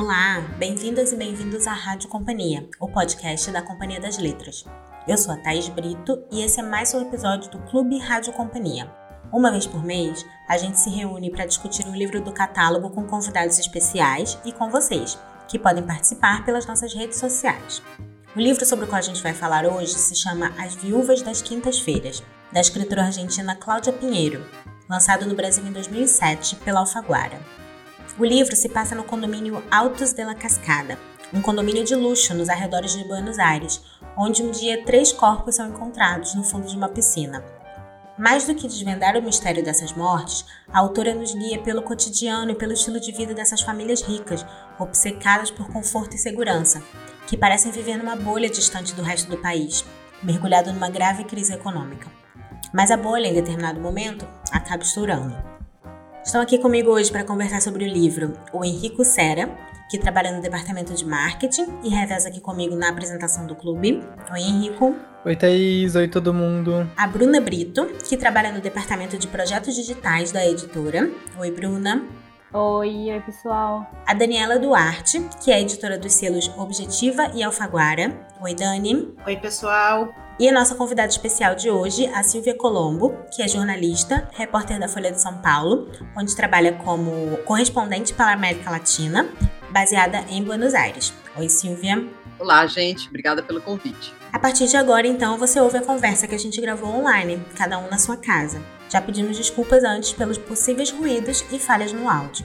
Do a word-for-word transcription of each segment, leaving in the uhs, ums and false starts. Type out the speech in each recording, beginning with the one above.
Olá, bem-vindas e bem-vindos à Rádio Companhia, o podcast da Companhia das Letras. Eu sou a Thaís Brito e esse é mais um episódio do Clube Rádio Companhia. Uma vez por mês, a gente se reúne para discutir um livro do catálogo com convidados especiais e com vocês, que podem participar pelas nossas redes sociais. O livro sobre o qual a gente vai falar hoje se chama As Viúvas das Quintas-Feiras, da escritora argentina Cláudia Pinheiro, lançado no Brasil em dois mil e sete pela Alfaguara. O livro se passa no condomínio Altos de la Cascada, um condomínio de luxo nos arredores de Buenos Aires, onde um dia três corpos são encontrados no fundo de uma piscina. Mais do que desvendar o mistério dessas mortes, a autora nos guia pelo cotidiano e pelo estilo de vida dessas famílias ricas, obcecadas por conforto e segurança, que parecem viver numa bolha distante do resto do país, mergulhado numa grave crise econômica. Mas a bolha, em determinado momento, acaba estourando. Estão aqui comigo hoje para conversar sobre o livro o Enrico Cera, que trabalha no departamento de marketing e reveza aqui comigo na apresentação do clube. Oi, Henrico. Oi, Thaís. Oi, todo mundo. A Bruna Brito, que trabalha no departamento de projetos digitais da editora. Oi, Bruna. Oi, oi, pessoal. A Daniela Duarte, que é editora dos selos Objetiva e Alfaguara. Oi, Dani. Oi, pessoal. E a nossa convidada especial de hoje, a Silvia Colombo, que é jornalista, repórter da Folha de São Paulo, onde trabalha como correspondente para a América Latina, baseada em Buenos Aires. Oi, Silvia. Olá, gente. Obrigada pelo convite. A partir de agora, então, você ouve a conversa que a gente gravou online, cada um na sua casa. Já pedimos desculpas antes pelos possíveis ruídos e falhas no áudio.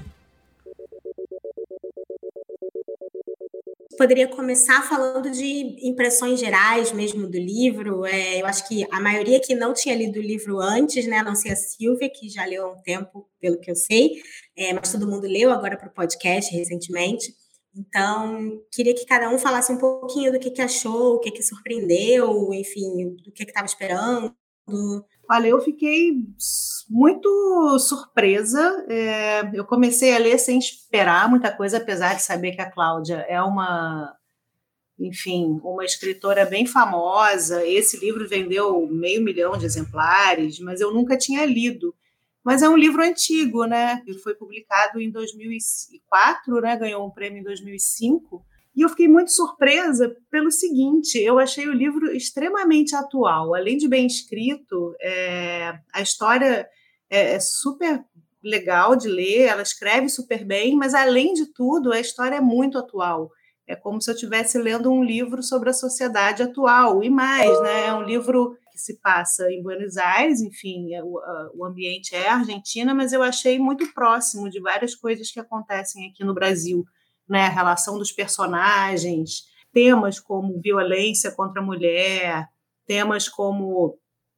Poderia começar falando de impressões gerais mesmo do livro. É, eu acho que a maioria que não tinha lido o livro antes, né, a não ser a Silvia, que já leu há um tempo, pelo que eu sei, é, mas todo mundo leu agora para o podcast recentemente. Então, queria que cada um falasse um pouquinho do que, que achou, o que, que surpreendeu, enfim, do que estava esperando. Olha, eu fiquei muito surpresa. É, eu comecei a ler sem esperar muita coisa, apesar de saber que a Cláudia é uma, enfim, uma escritora bem famosa. Esse livro vendeu meio milhão de exemplares, mas eu nunca tinha lido. Mas é um livro antigo, né? Ele foi publicado em dois mil e quatro, né? Ganhou um prêmio em dois mil e cinco. E eu fiquei muito surpresa pelo seguinte, eu achei o livro extremamente atual. Além de bem escrito, é, a história é, é super legal de ler, ela escreve super bem, mas, além de tudo, a história é muito atual. É como se eu estivesse lendo um livro sobre a sociedade atual. E mais, né, é um livro que se passa em Buenos Aires, enfim, o, o ambiente é Argentina, mas eu achei muito próximo de várias coisas que acontecem aqui no Brasil. Né, a relação dos personagens, temas como violência contra a mulher, temas como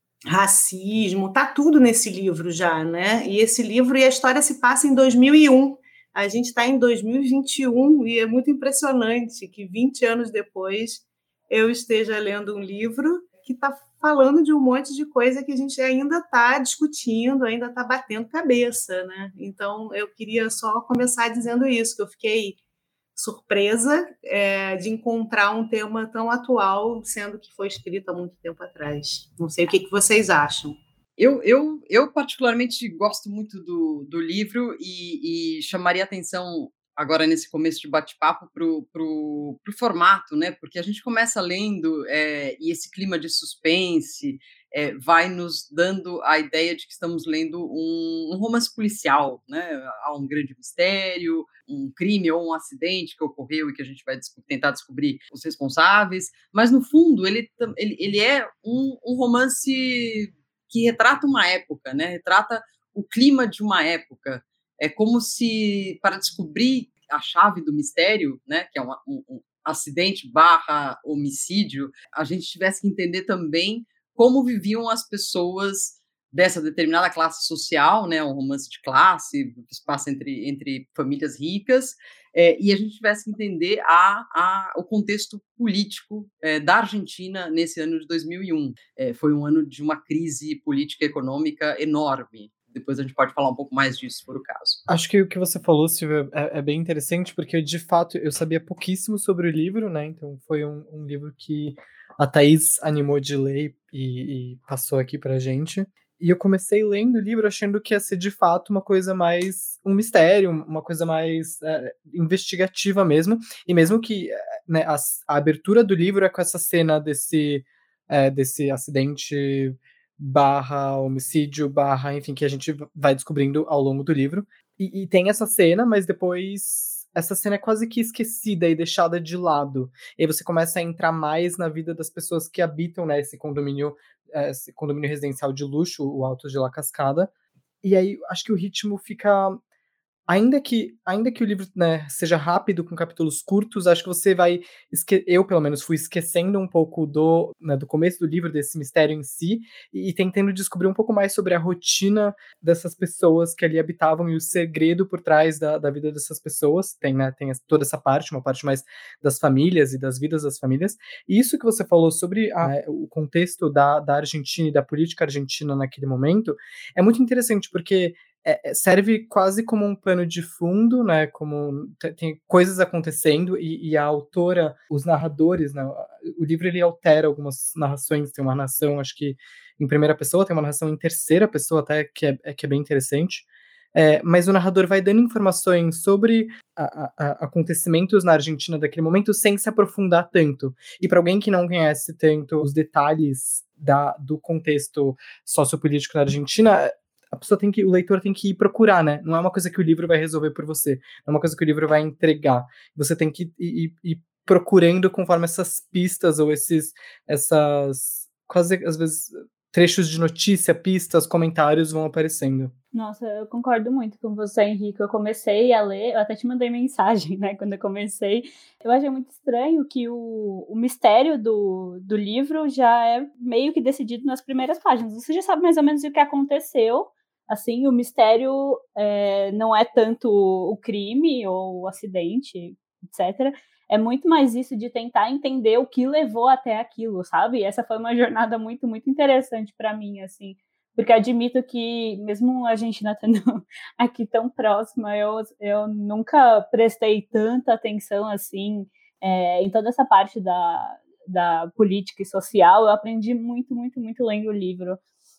racismo, tá tudo nesse livro já, né? E esse livro e a história se passa em dois mil e um. A gente está em dois mil e vinte e um e é muito impressionante que vinte anos depois eu esteja lendo um livro que está falando de um monte de coisa que a gente ainda está discutindo, ainda está batendo cabeça, né? Então eu queria só começar dizendo isso, que eu fiquei surpresa é, de encontrar um tema tão atual, sendo que foi escrito há muito tempo atrás. Não sei o que, que vocês acham. Eu, eu, eu particularmente gosto muito do, do livro e, e chamaria atenção agora nesse começo de bate-papo para o formato, né? Porque a gente começa lendo é, e esse clima de suspense é, vai nos dando a ideia de que estamos lendo um, um romance policial, né? Há um grande mistério, um crime ou um acidente que ocorreu e que a gente vai desco- tentar descobrir os responsáveis, mas no fundo ele, ele, ele é um, um romance que retrata uma época, né? Retrata o clima de uma época. É como se, para descobrir a chave do mistério, né, que é uma, um, um acidente barra homicídio, a gente tivesse que entender também como viviam as pessoas dessa determinada classe social, né, um romance de classe, que se passa entre, entre famílias ricas, é, e a gente tivesse que entender a, a, o contexto político é, da Argentina nesse ano de dois mil e um. É, foi um ano de uma crise política e econômica enorme. Depois a gente pode falar um pouco mais disso, se for o caso. Acho que o que você falou, Silvia, é, é bem interessante, porque, de fato, eu sabia pouquíssimo sobre o livro, né? Então, foi um, um livro que a Thaís animou de ler e, e passou aqui pra gente. E eu comecei lendo o livro achando que ia ser, de fato, uma coisa mais... um mistério, uma coisa mais é, investigativa mesmo. E mesmo que né, a, a abertura do livro é com essa cena desse, é, desse acidente barra homicídio, barra, enfim, que a gente vai descobrindo ao longo do livro. E, e tem essa cena, mas depois... essa cena é quase que esquecida e deixada de lado. E aí você começa a entrar mais na vida das pessoas que habitam, né, esse condomínio, esse condomínio residencial de luxo, o Altos de La Cascada. E aí acho que o ritmo fica... Ainda que, ainda que o livro né, seja rápido, com capítulos curtos, acho que você vai... Esque... Eu, pelo menos, fui esquecendo um pouco do, né, do começo do livro, desse mistério em si, e, e tentando descobrir um pouco mais sobre a rotina dessas pessoas que ali habitavam e o segredo por trás da, da vida dessas pessoas. Tem, né, tem toda essa parte, uma parte mais das famílias e das vidas das famílias. E isso que você falou sobre a, o contexto da, da Argentina e da política argentina naquele momento é muito interessante, porque É, serve quase como um pano de fundo, né, como tem coisas acontecendo e, e a autora, os narradores, né, o livro ele altera algumas narrações, tem uma narração, acho que em primeira pessoa, tem uma narração em terceira pessoa até, que é, que é bem interessante, é, mas o narrador vai dando informações sobre a, a, a acontecimentos na Argentina daquele momento sem se aprofundar tanto, e para alguém que não conhece tanto os detalhes da, do contexto sociopolítico na Argentina, a pessoa tem que, o leitor tem que ir procurar, né? Não é uma coisa que o livro vai resolver por você. Não é uma coisa que o livro vai entregar. Você tem que ir, ir, ir procurando conforme essas pistas ou esses, essas, quase, às vezes, trechos de notícia, pistas, comentários vão aparecendo. Nossa, eu concordo muito com você, Henrique. Eu comecei a ler, eu até te mandei mensagem, né, quando eu comecei. Eu achei muito estranho que o, o mistério do, do livro já é meio que decidido nas primeiras páginas. Você já sabe mais ou menos o que aconteceu. Assim, o mistério é, não é tanto o crime ou o acidente, etcétera. É muito mais isso de tentar entender o que levou até aquilo, sabe? E essa foi uma jornada muito, muito interessante para mim, assim. Porque admito que, mesmo a gente não estando aqui tão próxima, eu, eu nunca prestei tanta atenção, assim, é, em toda essa parte da, da política e social. Eu aprendi muito, muito, muito lendo o livro.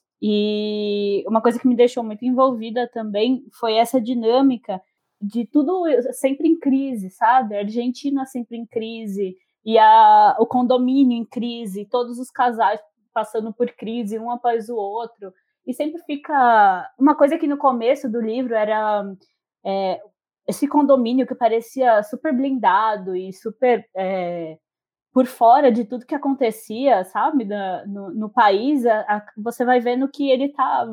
E uma coisa que me deixou muito envolvida também foi essa dinâmica de tudo sempre em crise, sabe? A Argentina sempre em crise, e a, o condomínio em crise, todos os casais passando por crise, um após o outro. E sempre fica... Uma coisa que no começo do livro era é, esse condomínio que parecia super blindado e super... É, por fora de tudo que acontecia, sabe, da, no, no país, a, a, você vai vendo que ele tá,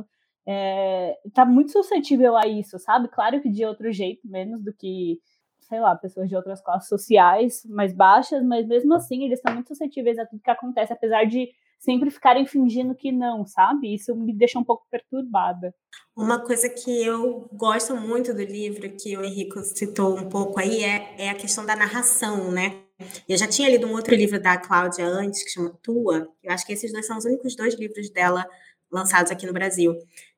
é, tá muito suscetível a isso, sabe? Claro que de outro jeito, menos do que, sei lá, pessoas de outras classes sociais mais baixas, mas mesmo assim eles estão muito suscetíveis a tudo que acontece, apesar de sempre ficarem fingindo que não, sabe? Isso me deixa um pouco perturbada. Uma coisa que eu gosto muito do livro, que o Henrique citou um pouco aí, é, é a questão da narração, né? Eu já tinha lido um outro livro da Cláudia antes, que chama Tua. Eu acho que esses dois são os únicos dois livros dela lançados aqui no Brasil.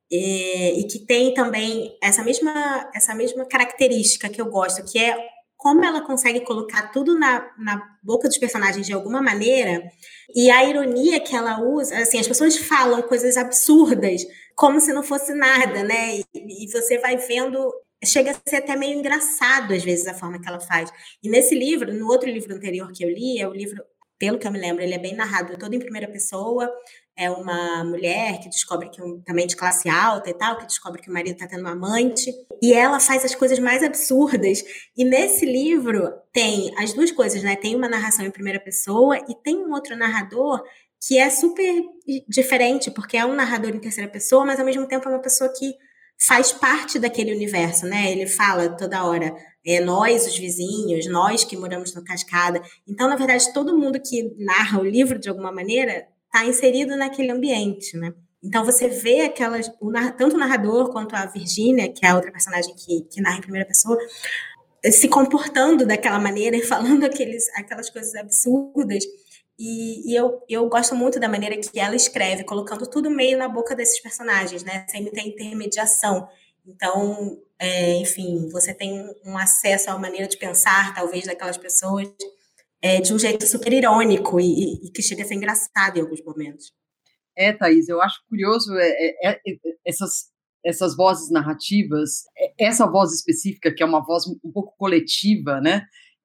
E, e que tem também essa mesma, essa mesma característica que eu gosto, que é como ela consegue colocar tudo na, na boca dos personagens de alguma maneira, e a ironia que ela usa, assim, as pessoas falam coisas absurdas, como se não fosse nada, né? E, e você vai vendo... Chega a ser até meio engraçado, às vezes, a forma que ela faz. E nesse livro, no outro livro anterior que eu li, é o livro, pelo que eu me lembro, ele é bem narrado, todo em primeira pessoa. É uma mulher que descobre que, um, também de classe alta e tal, que descobre que o marido está tendo uma amante. E ela faz as coisas mais absurdas. E nesse livro tem as duas coisas, né? Tem uma narração em primeira pessoa e tem um outro narrador que é super diferente, porque é um narrador em terceira pessoa, mas ao mesmo tempo é uma pessoa que faz parte daquele universo, né? Ele fala toda hora, é, nós, os vizinhos, nós que moramos na Cascada. Então, na verdade, todo mundo que narra o livro, de alguma maneira, está inserido naquele ambiente, né? Então, você vê aquelas, o, tanto o narrador quanto a Virgínia, que é a outra personagem que, que narra em primeira pessoa, se comportando daquela maneira e falando aqueles, aquelas coisas absurdas. E, e eu, eu gosto muito da maneira que ela escreve, colocando tudo meio na boca desses personagens, né? Sem muita intermediação. Então, é, enfim, você tem um acesso a uma maneira de pensar, talvez, daquelas pessoas é, de um jeito super irônico e, e que chega a ser engraçado em alguns momentos. É, Thaís, eu acho curioso é, é, é, essas, essas vozes narrativas, essa voz específica, que é uma voz um pouco coletiva, né?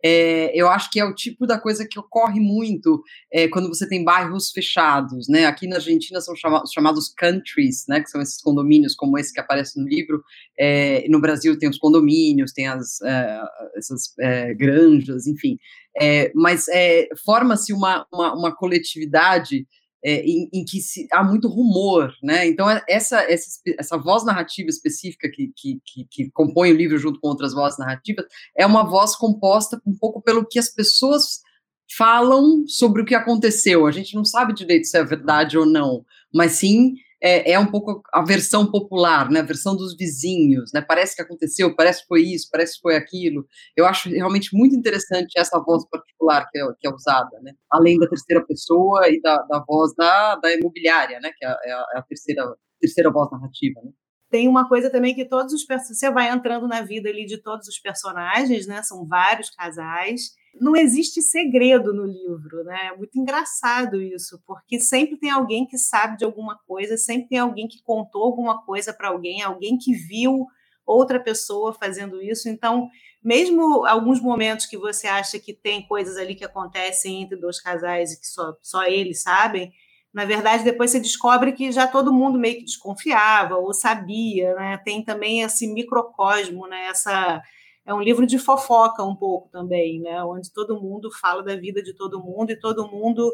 É, eu acho que é o tipo da coisa que ocorre muito é, quando você tem bairros fechados, né? Aqui na Argentina são chama, chamados countries, né? Que são esses condomínios como esse que aparece no livro. É, no Brasil tem os condomínios, tem as, é, essas é, granjas, enfim. É, mas é, forma-se uma, uma, uma coletividade É, em, em que se, há muito rumor, né? Então essa, essa, essa voz narrativa específica que, que, que, que compõe o livro junto com outras vozes narrativas é uma voz composta um pouco pelo que as pessoas falam sobre o que aconteceu. A gente não sabe direito se é verdade ou não, mas sim é, é um pouco a versão popular, né? A versão dos vizinhos, né? Parece que aconteceu, parece que foi isso, parece que foi aquilo. Eu acho realmente muito interessante essa voz particular que é, que é usada, né? Além da terceira pessoa e da, da voz da, da imobiliária, né? Que é a, é a terceira, terceira voz narrativa, né? Tem uma coisa também que todos os você vai entrando na vida ali de todos os personagens, né? São vários casais. Não existe segredo no livro, né? É muito engraçado isso, porque sempre tem alguém que sabe de alguma coisa, sempre tem alguém que contou alguma coisa para alguém, alguém que viu outra pessoa fazendo isso. Então, mesmo alguns momentos que você acha que tem coisas ali que acontecem entre dois casais e que só, só eles sabem, na verdade, depois você descobre que já todo mundo meio que desconfiava ou sabia, né? Tem também esse microcosmo, né? Essa, é um livro de fofoca um pouco também, né? Onde todo mundo fala da vida de todo mundo e todo mundo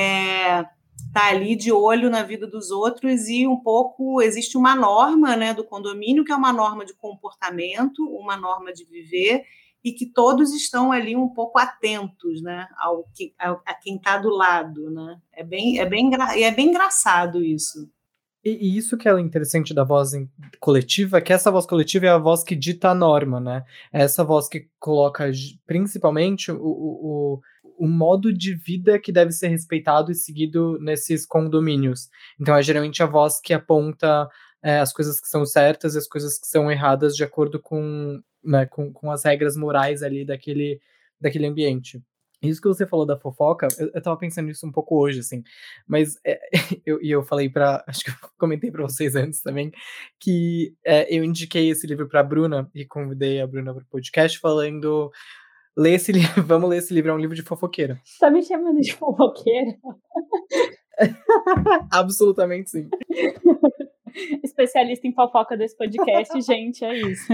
é, tá ali de olho na vida dos outros e um pouco existe uma norma, né, do condomínio, que é uma norma de comportamento, uma norma de viver, e que todos estão ali um pouco atentos, né, ao que, ao, a quem está do lado, né? É bem, é bem, é bem engraçado isso. E, e isso que é interessante da voz coletiva, que essa voz coletiva é a voz que dita a norma, né? É essa voz que coloca principalmente o, o, o modo de vida que deve ser respeitado e seguido nesses condomínios. Então é geralmente a voz que aponta é, as coisas que são certas e as coisas que são erradas de acordo com, né, com, com as regras morais ali daquele, daquele ambiente. Isso que você falou da fofoca, eu, eu tava pensando nisso um pouco hoje, assim, mas é, eu, e eu falei pra, acho que eu comentei pra vocês antes também, que é, eu indiquei esse livro pra Bruna e convidei a Bruna pro podcast falando, lê esse livro, vamos ler esse livro, é um livro de fofoqueira. Você tá me chamando de fofoqueira? Absolutamente sim. Especialista em fofoca desse podcast, gente, é isso.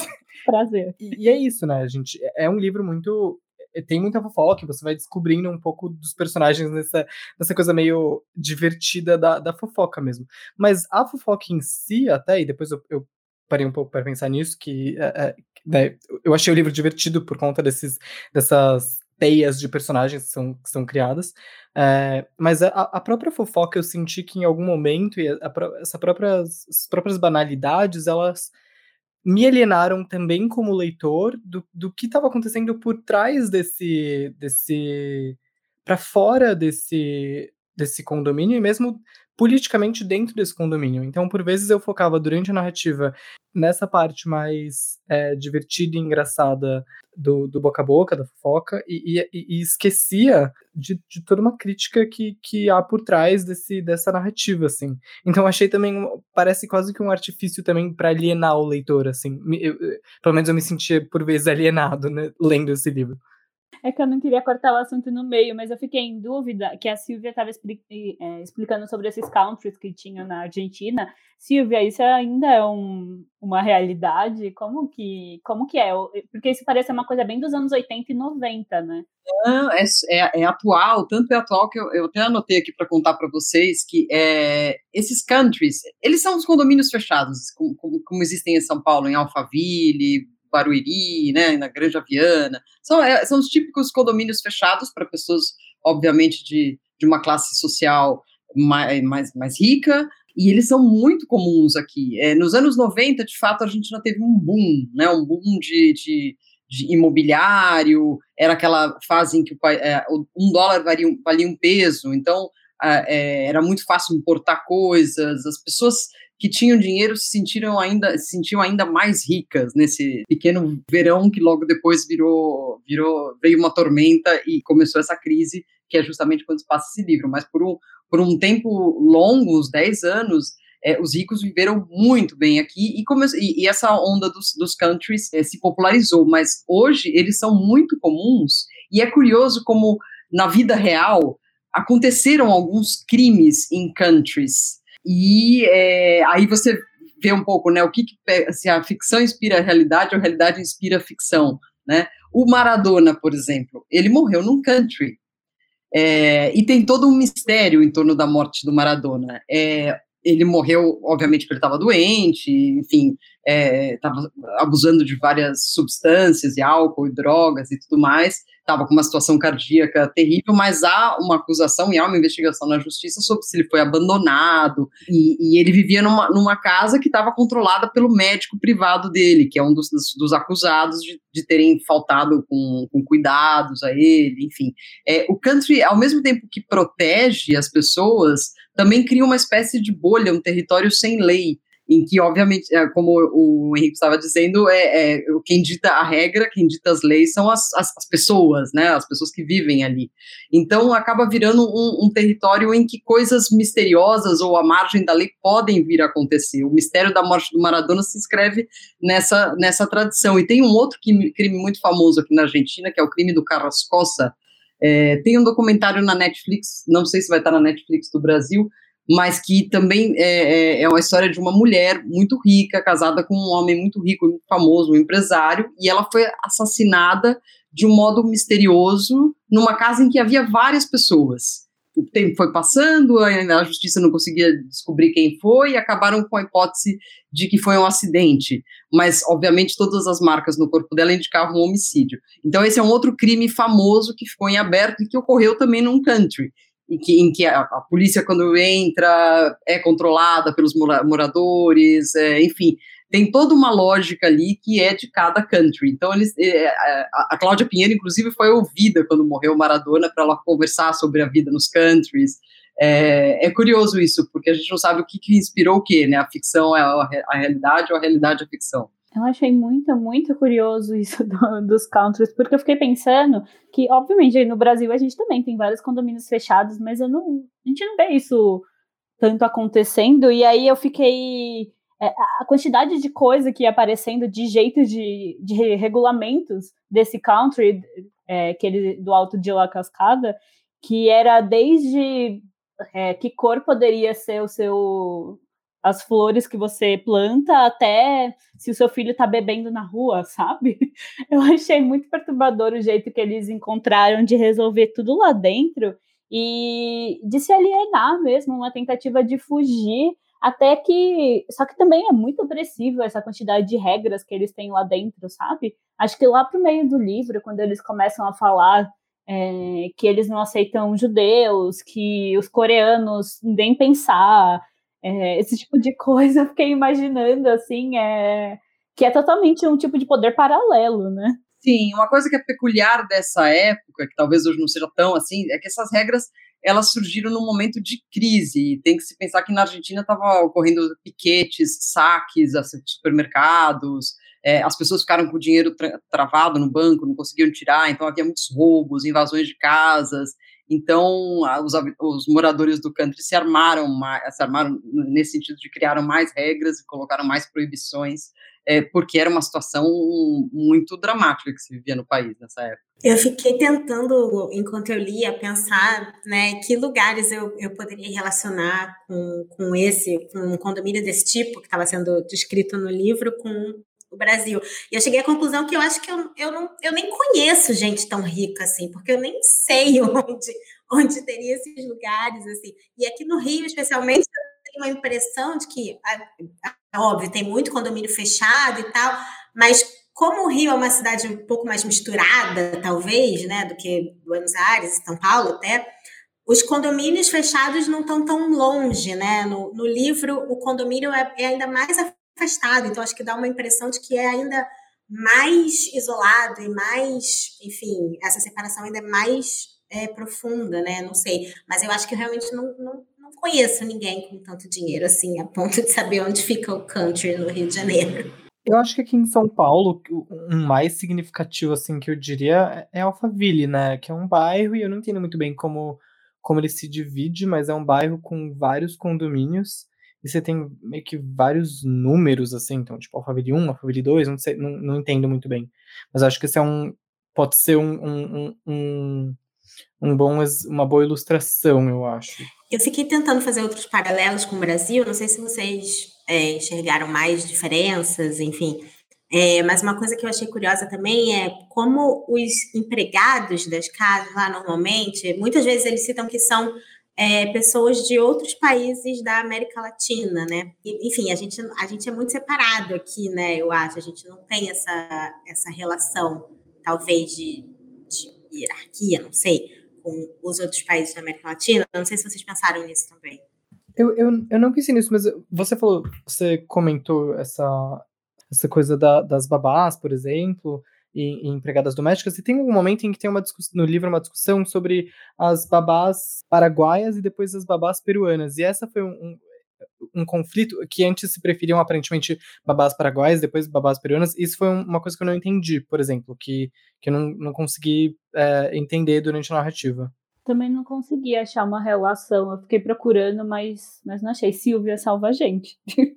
Prazer. E, e é isso, né, gente, é um livro muito... Tem muita fofoca, você vai descobrindo um pouco dos personagens nessa, nessa coisa meio divertida da, da fofoca mesmo. Mas a fofoca em si, até, e depois eu, eu parei um pouco para pensar nisso, que é, né, eu achei o livro divertido por conta desses, dessas teias de personagens que são, que são criadas. É, mas a, a própria fofoca eu senti que em algum momento, e a, a, essa próprias, as próprias banalidades, elas me alienaram também como leitor do, do que estava acontecendo por trás desse, desse para fora desse, desse condomínio e mesmo politicamente dentro desse condomínio. Então, por vezes eu focava durante a narrativa nessa parte mais é, divertida e engraçada do, do boca a boca, da fofoca, e, e, e esquecia de, de toda uma crítica que, que há por trás desse, dessa narrativa, assim. Então achei também, parece quase que um artifício também para alienar o leitor, assim. Eu, eu, pelo menos eu me sentia por vezes alienado, né, lendo esse livro. É que eu não queria cortar o assunto no meio, mas eu fiquei em dúvida que a Silvia estava expli- é, explicando sobre esses countries que tinham na Argentina. Silvia, isso ainda é um, uma realidade? Como que, como que é? Porque isso parece uma coisa bem dos anos oitenta e noventa, né? Não, é, é, é atual, tanto é atual que eu, eu até anotei aqui para contar para vocês que é, esses countries, eles são os condomínios fechados, como, como, como existem em São Paulo, em Alphaville, Barueri, né, na Granja Viana, são, é, são os típicos condomínios fechados para pessoas, obviamente, de, de uma classe social mais, mais, mais rica, e eles são muito comuns aqui. É, nos anos noventa, de fato, a Argentina teve um boom, né, um boom de, de, de imobiliário, era aquela fase em que é, um dólar valia, valia um peso, então é, era muito fácil importar coisas, as pessoas que tinham dinheiro se sentiram ainda, se sentiam ainda mais ricas nesse pequeno verão que logo depois virou, virou, veio uma tormenta e começou essa crise, que é justamente quando se passa esse livro. Mas por um, por um tempo longo, uns dez anos, é, os ricos viveram muito bem aqui e, come, e, e essa onda dos, dos countries é, se popularizou. Mas hoje eles são muito comuns e é curioso como na vida real aconteceram alguns crimes em countries. E é, aí você vê um pouco, né, o que, que se a ficção inspira a realidade ou a realidade inspira a ficção, né? O Maradona, por exemplo, ele morreu num country. É, e tem todo um mistério em torno da morte do Maradona. É, ele morreu, obviamente, porque ele estava doente, enfim, estava é, abusando de várias substâncias, e álcool, e drogas e tudo mais, estava com uma situação cardíaca terrível, mas há uma acusação e há uma investigação na justiça sobre se ele foi abandonado, e, e ele vivia numa, numa casa que estava controlada pelo médico privado dele, que é um dos, dos, dos acusados de, de terem faltado com, com cuidados a ele, enfim. É, o country, ao mesmo tempo que protege as pessoas, também cria uma espécie de bolha, um território sem lei, em que, obviamente, como o Henrique estava dizendo, é, é, quem dita a regra, quem dita as leis são as, as, as pessoas, né, as pessoas que vivem ali. Então, acaba virando um, um território em que coisas misteriosas ou à margem da lei podem vir a acontecer. O mistério da morte do Maradona se inscreve nessa, nessa tradição. E tem um outro crime, crime muito famoso aqui na Argentina, que é o crime do Carrascosa. É, tem um documentário na Netflix, não sei se vai estar na Netflix do Brasil, mas que também é, é uma história de uma mulher muito rica, casada com um homem muito rico, muito famoso, um empresário, e ela foi assassinada de um modo misterioso numa casa em que havia várias pessoas. O tempo foi passando, a justiça não conseguia descobrir quem foi, e acabaram com a hipótese de que foi um acidente. Mas, obviamente, todas as marcas no corpo dela indicavam um homicídio. Então, esse é um outro crime famoso que ficou em aberto e que ocorreu também num country, em que, em que a, a polícia, quando entra, é controlada pelos mora- moradores, é, enfim, tem toda uma lógica ali que é de cada country. Então, eles, é, a, a Cláudia Pinheiro, inclusive, foi ouvida quando morreu o Maradona para ela conversar sobre a vida nos countries. É, é curioso isso, porque a gente não sabe o que, que inspirou o quê, né? A ficção é a, a realidade ou a realidade é a ficção. Eu achei muito, muito curioso isso do, dos countries, porque eu fiquei pensando que, obviamente, no Brasil a gente também tem vários condomínios fechados, mas eu não, a gente não vê isso tanto acontecendo, e aí eu fiquei... É, a quantidade de coisa que ia aparecendo, de jeitos de, de regulamentos desse country, é, aquele do Alto de La Cascada, que era desde é, que cor poderia ser o seu... as flores que você planta, até se o seu filho tá bebendo na rua, sabe? Eu achei muito perturbador o jeito que eles encontraram de resolver tudo lá dentro e de se alienar mesmo, uma tentativa de fugir, até que... Só que também é muito opressivo essa quantidade de regras que eles têm lá dentro, sabe? Acho que lá pro meio do livro, quando eles começam a falar é, que eles não aceitam judeus, que os coreanos nem pensar... É, esse tipo de coisa eu fiquei imaginando, assim, é, que é totalmente um tipo de poder paralelo, né? Sim, uma coisa que é peculiar dessa época, que talvez hoje não seja tão assim, é que essas regras, elas surgiram num momento de crise. Tem que se pensar que na Argentina estava ocorrendo piquetes, saques a supermercados, é, as pessoas ficaram com o dinheiro tra- travado no banco, não conseguiam tirar, então havia muitos roubos, invasões de casas. Então, os, os moradores do country se armaram, mais, se armaram nesse sentido de criaram mais regras e colocaram mais proibições, é, porque era uma situação muito dramática que se vivia no país nessa época. Eu fiquei tentando, enquanto eu lia, pensar, né, que lugares eu, eu poderia relacionar com, com esse, com um condomínio desse tipo, que estava sendo descrito no livro, com o Brasil. E eu cheguei à conclusão que eu acho que eu, eu, não, eu nem conheço gente tão rica assim, porque eu nem sei onde, onde teria esses lugares, assim. E aqui no Rio, especialmente, eu tenho uma impressão de que, óbvio, tem muito condomínio fechado e tal, mas como o Rio é uma cidade um pouco mais misturada, talvez, né, do que Buenos Aires e São Paulo até, os condomínios fechados não estão tão longe, né? No, no livro, o condomínio é, é ainda mais afastado, então acho que dá uma impressão de que é ainda mais isolado e mais, enfim, essa separação ainda é mais é, profunda, né? Não sei, mas eu acho que realmente não, não, não conheço ninguém com tanto dinheiro assim, a ponto de saber onde fica o country no Rio de Janeiro. Eu acho que aqui em São Paulo, um mais significativo, assim, que eu diria é Alphaville, né? Que é um bairro, e eu não entendo muito bem como, como ele se divide, mas é um bairro com vários condomínios, e você tem meio que vários números, assim, então, tipo, Alphaville um, Alphaville dois, não sei, não, não entendo muito bem. Mas acho que esse é um, pode ser um, um, um, um, um bom, uma boa ilustração, eu acho. Eu fiquei tentando fazer outros paralelos com o Brasil, não sei se vocês é, enxergaram mais diferenças, enfim. É, mas uma coisa que eu achei curiosa também é como os empregados das casas lá normalmente, muitas vezes eles citam que são é, pessoas de outros países da América Latina, né? E, enfim, a gente, a gente é muito separado aqui, né? Eu acho, a gente não tem essa, essa relação, talvez, de, de hierarquia, não sei, com os outros países da América Latina. Não sei se vocês pensaram nisso também. Eu, eu, eu não pensei nisso, mas você falou, você comentou essa, essa coisa da, das babás, por exemplo, e, e empregadas domésticas, e tem um momento em que tem uma discussão, no livro uma discussão sobre as babás paraguaias e depois as babás peruanas, e essa foi um, um, um conflito que antes se preferiam aparentemente babás paraguaias, depois babás peruanas. Isso foi uma coisa que eu não entendi, por exemplo, que, que eu não, não consegui é, entender durante a narrativa. Também não consegui achar uma relação. Eu fiquei procurando, mas, mas não achei. Silvia, salva a gente.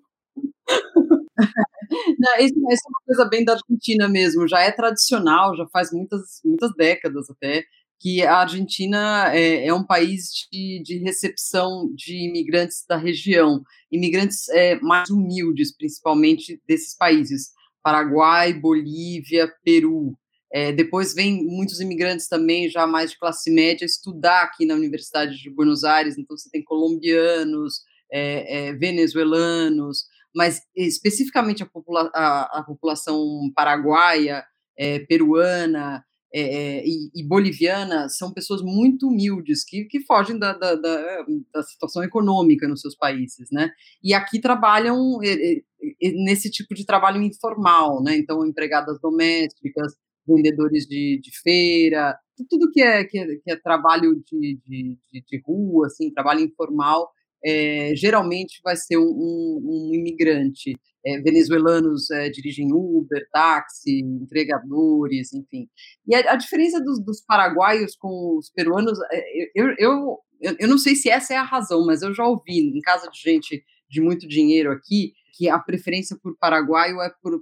Não, isso, isso é uma coisa bem da Argentina mesmo. Já é tradicional, já faz muitas, muitas décadas até, que a Argentina é, é um país de, de recepção de imigrantes da região. Imigrantes é, mais humildes, principalmente desses países. Paraguai, Bolívia, Peru. É, depois vem muitos imigrantes também, já mais de classe média, estudar aqui na Universidade de Buenos Aires. Então, você tem colombianos, é, é, venezuelanos, mas especificamente a, popula a, a população paraguaia, é, peruana é, e, e boliviana são pessoas muito humildes, que, que fogem da, da, da, da situação econômica nos seus países, né? E aqui trabalham é, é, nesse tipo de trabalho informal, né? Então, empregadas domésticas, vendedores de, de feira, tudo que é, que é, que é trabalho de, de, de, de rua, assim, trabalho informal, é, geralmente vai ser um, um, um imigrante. É, venezuelanos é, dirigem Uber, táxi, entregadores, enfim. E a, a diferença dos, dos paraguaios com os peruanos, é, eu, eu, eu não sei se essa é a razão, mas eu já ouvi em casa de gente de muito dinheiro aqui, que a preferência por paraguaio é por,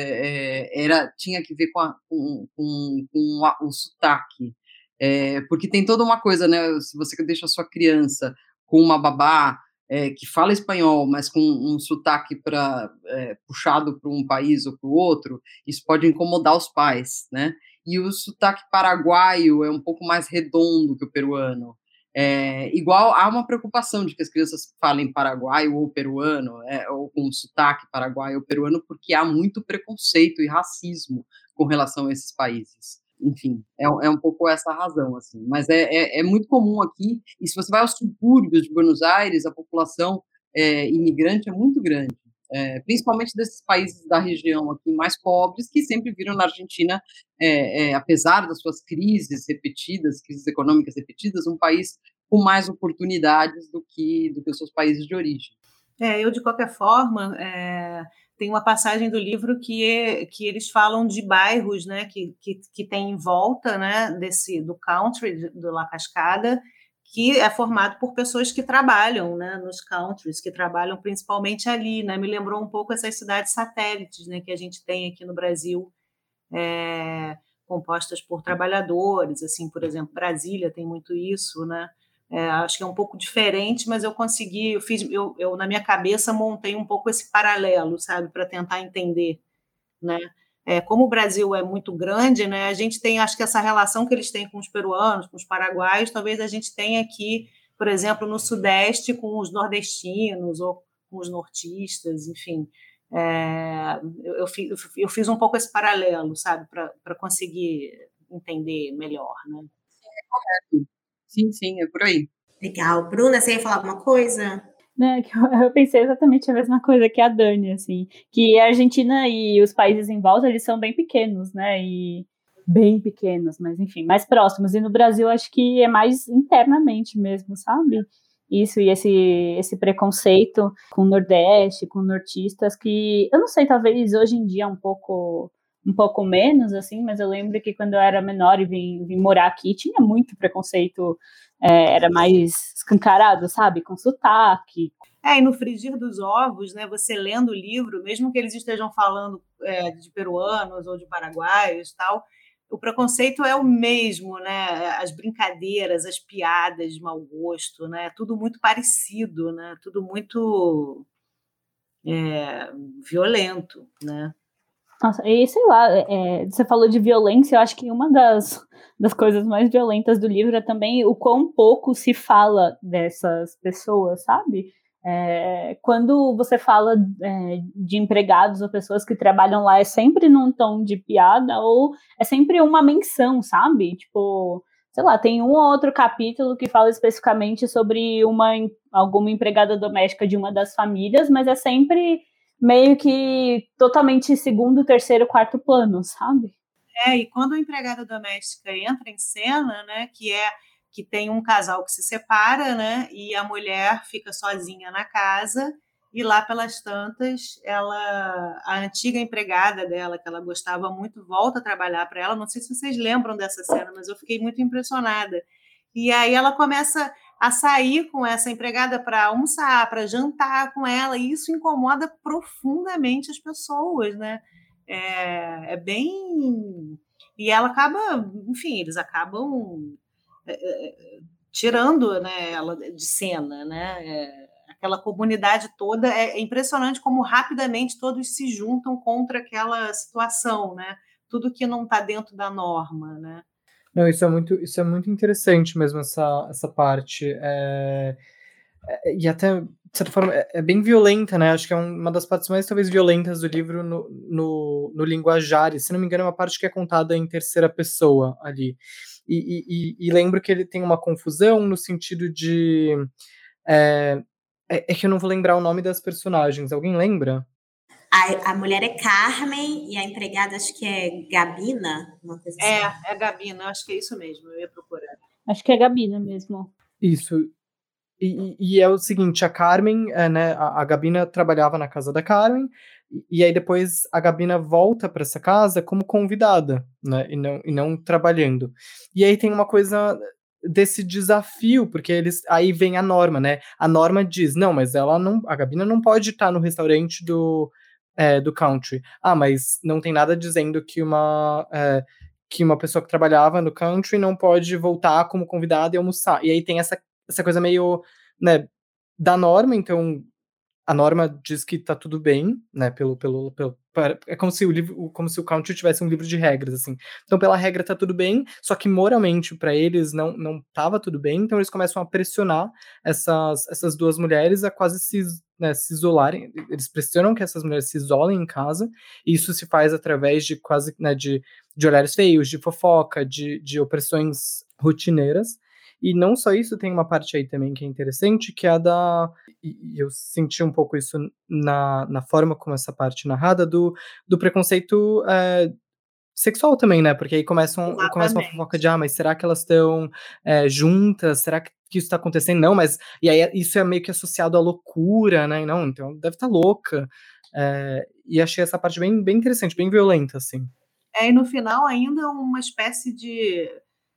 é, era, tinha que ver com, a, com, com, com a, o sotaque, é, porque tem toda uma coisa, né, se você deixa a sua criança com uma babá é, que fala espanhol, mas com um sotaque pra, é, puxado para um país ou para o outro, isso pode incomodar os pais, né, e o sotaque paraguaio é um pouco mais redondo que o peruano. É, igual há uma preocupação de que as crianças falem paraguaio ou peruano, é, ou com sotaque paraguaio ou peruano, porque há muito preconceito e racismo com relação a esses países. Enfim, é, é um pouco essa a razão, assim. Mas é, é, é muito comum aqui, e se você vai aos subúrbios de Buenos Aires, a população é, imigrante é muito grande. É, principalmente desses países da região aqui mais pobres, que sempre viram na Argentina, é, é, apesar das suas crises repetidas, crises econômicas repetidas, um país com mais oportunidades do que, do que os seus países de origem. É, eu, de qualquer forma, é, tem uma passagem do livro que, é, que eles falam de bairros, né, que, que, que tem em volta, né, desse, do country, do La Cascada, que é formado por pessoas que trabalham, né, nos countries, que trabalham principalmente ali, né, me lembrou um pouco essas cidades satélites, né, que a gente tem aqui no Brasil, é, compostas por trabalhadores, assim, por exemplo, Brasília tem muito isso, né, é, acho que é um pouco diferente, mas eu consegui, eu fiz, eu, eu na minha cabeça montei um pouco esse paralelo, sabe, para tentar entender, né. É, como o Brasil é muito grande, né, a gente tem, acho que essa relação que eles têm com os peruanos, com os paraguaios, talvez a gente tenha aqui, por exemplo, no Sudeste, com os nordestinos ou com os nortistas, enfim. É, eu, eu, fiz, eu fiz um pouco esse paralelo, sabe, para conseguir entender melhor, né? É correto. Sim, sim, é por aí. Legal. Bruna, você ia falar alguma coisa? Né, eu pensei exatamente a mesma coisa que a Dani, assim, que a Argentina e os países em volta, eles são bem pequenos, né, e bem pequenos, mas enfim, mais próximos, e no Brasil acho que é mais internamente mesmo, sabe, isso e esse, esse preconceito com o Nordeste, com nortistas, que eu não sei, talvez hoje em dia um pouco, um pouco menos, assim, mas eu lembro que quando eu era menor e vim, vim morar aqui, tinha muito preconceito, é, era mais escancarado, sabe, com sotaque. É, e no frigir dos ovos, né, você lendo o livro, mesmo que eles estejam falando é, de peruanos ou de paraguaios e tal, o preconceito é o mesmo, né? As brincadeiras, as piadas de mau gosto, né? Tudo muito parecido, né? Tudo muito é, violento, né? Nossa, e sei lá, é, você falou de violência, eu acho que uma das, das coisas mais violentas do livro é também o quão pouco se fala dessas pessoas, sabe? É, quando você fala é, de empregados ou pessoas que trabalham lá, é sempre num tom de piada ou é sempre uma menção, sabe? Tipo, sei lá, tem um ou outro capítulo que fala especificamente sobre uma, alguma empregada doméstica de uma das famílias, mas é sempre meio que totalmente segundo, terceiro, quarto plano, sabe? É, e quando a empregada doméstica entra em cena, né, que é que tem um casal que se separa, né, e a mulher fica sozinha na casa, e lá pelas tantas, ela, a antiga empregada dela, que ela gostava muito, volta a trabalhar para ela. Não sei se vocês lembram dessa cena, mas eu fiquei muito impressionada. E aí ela começa a sair com essa empregada para almoçar, para jantar com ela, e isso incomoda profundamente as pessoas, né? É, é bem... E ela acaba, enfim, eles acabam é, é, tirando, né, ela de cena, né? É, aquela comunidade toda, é impressionante como rapidamente todos se juntam contra aquela situação, né? Tudo que não está dentro da norma, né? Não, isso é muito, isso é muito interessante mesmo, essa, essa parte. É, é, e até, de certa forma, é, é bem violenta, né? Acho que é um, uma das partes mais, talvez, violentas do livro no, no, no linguajar. E, se não me engano, é uma parte que é contada em terceira pessoa ali. E, e, e, e lembro que ele tem uma confusão no sentido de... É, é, é que eu não vou lembrar o nome das personagens. Alguém lembra? A, a mulher é Carmen e a empregada acho que é Gabina, uma coisa assim. É, é Gabina, acho que é isso mesmo, eu ia procurar. Acho que é Gabina mesmo. Isso. E, e é o seguinte, a Carmen, é, né, a, a Gabina trabalhava na casa da Carmen, e, e aí depois a Gabina volta para essa casa como convidada, né, e não, e não trabalhando. E aí tem uma coisa desse desafio, porque eles aí vem a Norma, né? A Norma diz, não, mas ela não, a Gabina não pode estar no restaurante do, é, do country. Ah, mas não tem nada dizendo que uma... É, que uma pessoa que trabalhava no country não pode voltar como convidada e almoçar. E aí tem essa essa coisa meio, né, da norma. Então a norma diz que tá tudo bem, né, pelo, pelo, pelo é como se o livro, como se o country tivesse um livro de regras, assim. Então pela regra tá tudo bem, só que moralmente para eles não não tava tudo bem, então eles começam a pressionar essas, essas duas mulheres a quase se, né, se isolarem. Eles pressionam que essas mulheres se isolem em casa, e isso se faz através de quase, né, de, de olhares feios, de fofoca, de, de opressões rotineiras. E não só isso, tem uma parte aí também que é interessante, que é a da... E eu senti um pouco isso na, na forma como essa parte narrada, do, do preconceito é, sexual também, né? Porque aí começam, começa uma fofoca de, ah, mas será que elas estão é, juntas? Será que, que isso tá acontecendo? Não, mas... E aí isso é meio que associado à loucura, né? Não, então deve estar tá louca. É, e achei essa parte bem, bem interessante, bem violenta, assim. É, e no final ainda uma espécie de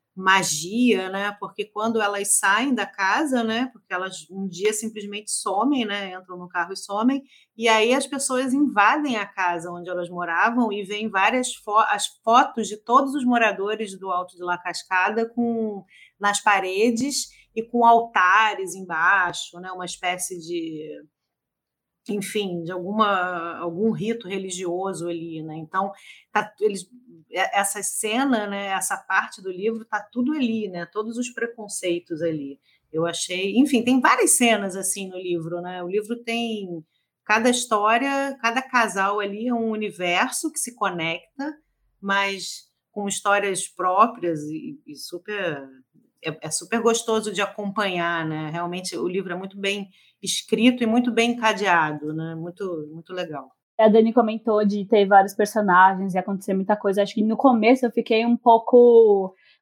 magia, né? Porque quando elas saem da casa, né? Porque elas um dia simplesmente somem, né? Entram no carro e somem, e aí as pessoas invadem a casa onde elas moravam e veem várias fo as fotos de todos os moradores do Alto de La Cascada com nas paredes e com altares embaixo, né? Uma espécie de, enfim, de alguma, algum rito religioso ali, né? Então, tá, eles, essa cena, né, essa parte do livro, tá tudo ali, né? Todos os preconceitos ali. Eu achei, enfim, tem várias cenas assim no livro, né? O livro tem cada história, cada casal ali é um universo que se conecta, mas com histórias próprias e, e super é, é super gostoso de acompanhar, né? Realmente o livro é muito bem escrito e muito bem encadeado, né? Muito, muito legal. A Dani comentou de ter vários personagens e acontecer muita coisa. Acho que no começo eu fiquei um pouco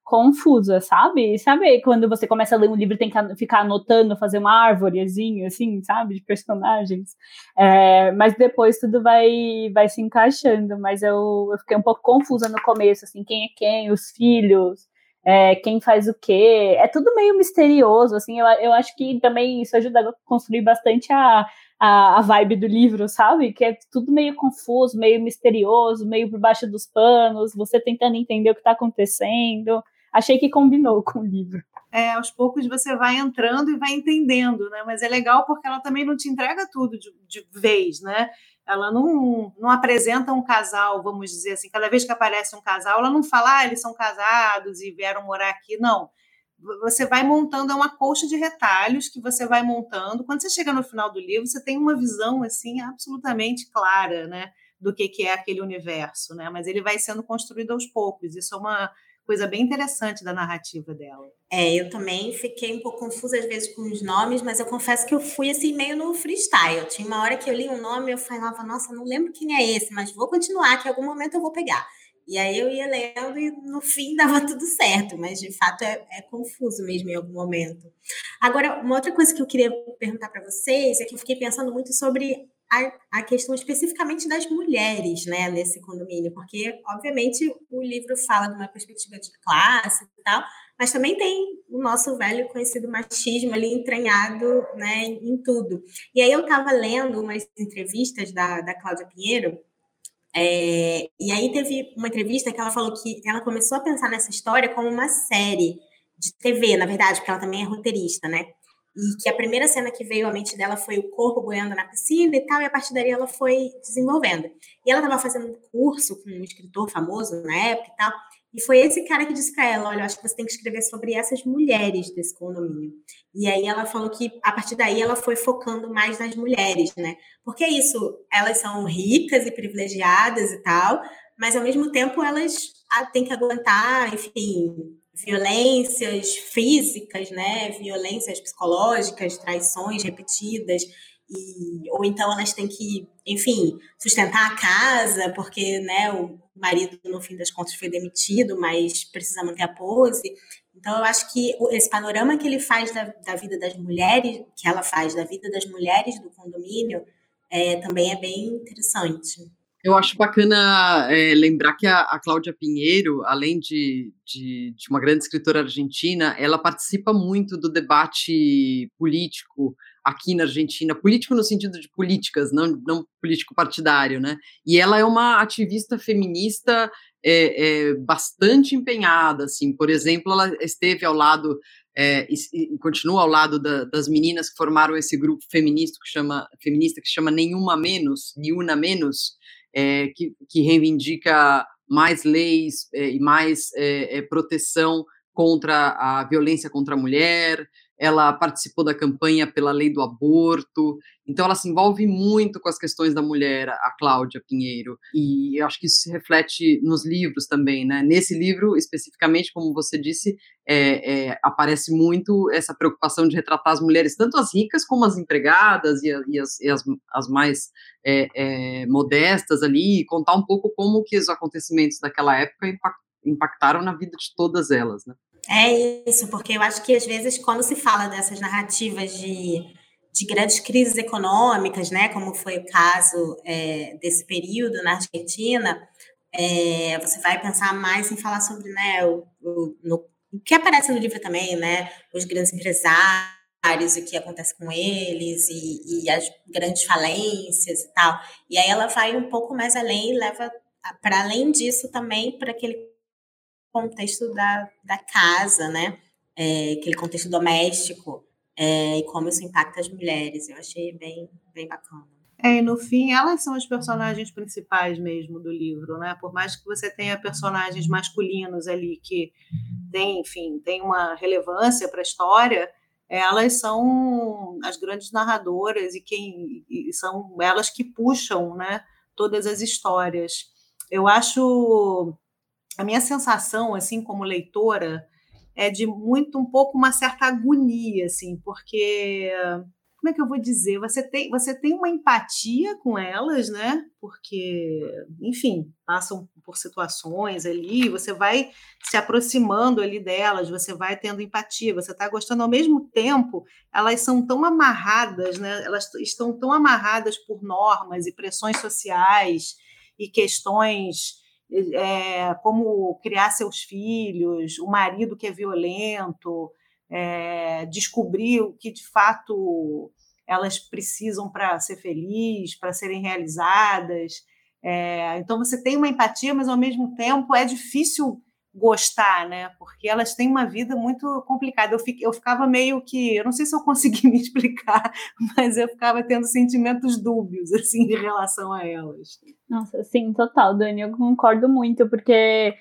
confusa, sabe? Sabe quando você começa a ler um livro e tem que ficar anotando, fazer uma árvorezinha, assim, sabe? De personagens. É, mas depois tudo vai, vai se encaixando. Mas eu, eu fiquei um pouco confusa no começo, assim, quem é quem, os filhos, é, quem faz o quê. É tudo meio misterioso, assim. Eu, eu acho que também isso ajuda a construir bastante a, a, a vibe do livro, sabe? Que é tudo meio confuso, meio misterioso, meio por baixo dos panos, você tentando entender o que está acontecendo. Achei que combinou com o livro. É, aos poucos você vai entrando e vai entendendo, né? Mas é legal porque ela também não te entrega tudo de, de vez, né? Ela não, não apresenta um casal, vamos dizer assim, cada vez que aparece um casal, ela não fala, ah, eles são casados e vieram morar aqui, não. Você vai montando, é uma colcha de retalhos que você vai montando. Quando você chega no final do livro, você tem uma visão, assim, absolutamente clara, né? Do que, que é aquele universo, né? Mas ele vai sendo construído aos poucos. Isso é uma coisa bem interessante da narrativa dela. É, eu também fiquei um pouco confusa às vezes com os nomes, mas eu confesso que eu fui assim meio no freestyle. Tinha uma hora que eu li um nome e eu falava, nossa, não lembro quem é esse, mas vou continuar, que em algum momento eu vou pegar. E aí eu ia lendo e no fim dava tudo certo, mas de fato é, é confuso mesmo em algum momento. Agora, uma outra coisa que eu queria perguntar para vocês é que eu fiquei pensando muito sobre a, a questão especificamente das mulheres, né, nesse condomínio, porque, obviamente, o livro fala de uma perspectiva de classe e tal, mas também tem o nosso velho conhecido machismo ali entranhado, né, em tudo. E aí eu estava lendo umas entrevistas da, da Cláudia Pinheiro, é, e aí teve uma entrevista que ela falou que ela começou a pensar nessa história como uma série de T V, na verdade, porque ela também é roteirista, né? E que a primeira cena que veio à mente dela foi o corpo boiando na piscina e tal, e a partir daí ela foi desenvolvendo. E ela estava fazendo um curso com um escritor famoso na época e tal, e foi esse cara que disse para ela, olha, eu acho que você tem que escrever sobre essas mulheres desse condomínio. E aí ela falou que, a partir daí, ela foi focando mais nas mulheres, né? Porque é isso, elas são ricas e privilegiadas e tal, mas, ao mesmo tempo, elas têm que aguentar, enfim, violências físicas, né? Violências psicológicas, traições repetidas, e, ou então elas têm que, enfim, sustentar a casa, porque, né, o marido, no fim das contas, foi demitido, mas precisa manter a pose. Então, eu acho que esse panorama que ele faz da, da vida das mulheres, que ela faz da vida das mulheres do condomínio, é, também é bem interessante. Eu acho bacana é, lembrar que a, a Cláudia Pinheiro, além de, de, de uma grande escritora argentina, ela participa muito do debate político aqui na Argentina, político no sentido de políticas, não, não político partidário, né? E ela é uma ativista feminista é, é, bastante empenhada, assim. Por exemplo, ela esteve ao lado É, e, e continua ao lado da, das meninas que formaram esse grupo feminista que chama, feminista que chama Nenhuma Menos, Niuna Menos, é, que, que reivindica mais leis é, e mais é, é, proteção contra a violência contra a mulher. Ela participou da campanha pela lei do aborto, então ela se envolve muito com as questões da mulher, a Cláudia Pinheiro, e eu acho que isso se reflete nos livros também, né? Nesse livro, especificamente, como você disse, é, é, aparece muito essa preocupação de retratar as mulheres, tanto as ricas como as empregadas e, a, e, as, e as, as mais é, é, modestas ali, e contar um pouco como que os acontecimentos daquela época impactaram na vida de todas elas, né? É isso, porque eu acho que às vezes quando se fala dessas narrativas de, de grandes crises econômicas, né, como foi o caso é, desse período na Argentina, é, você vai pensar mais em falar sobre, né, o, o, no, o que aparece no livro também, né, os grandes empresários, o que acontece com eles e, e as grandes falências e tal. E aí ela vai um pouco mais além e leva para além disso também para aquele contexto da, da casa, né? É, aquele contexto doméstico é, e como isso impacta as mulheres. Eu achei bem, bem bacana. É, e no fim, elas são os personagens principais mesmo do livro, né? Por mais que você tenha personagens masculinos ali que tem, enfim, tem uma relevância para a história, elas são as grandes narradoras e quem e são elas que puxam, né, todas as histórias. Eu acho a minha sensação, assim, como leitora, é de muito, um pouco uma certa agonia, assim, porque como é que eu vou dizer? Você tem, você tem uma empatia com elas, né? Porque, enfim, passam por situações ali, você vai se aproximando ali delas, você vai tendo empatia, você está gostando. Ao mesmo tempo, elas são tão amarradas, né? Elas estão tão amarradas por normas e pressões sociais e questões é, como criar seus filhos, o marido que é violento, é, descobrir o que de fato elas precisam para ser felizes, para serem realizadas. É, então você tem uma empatia, mas ao mesmo tempo é difícil gostar, né? Porque elas têm uma vida muito complicada. Eu, fico, eu ficava meio que, eu não sei se eu consegui me explicar, mas eu ficava tendo sentimentos dúbios assim em relação a elas. Nossa, sim, total, Dani, eu concordo muito, porque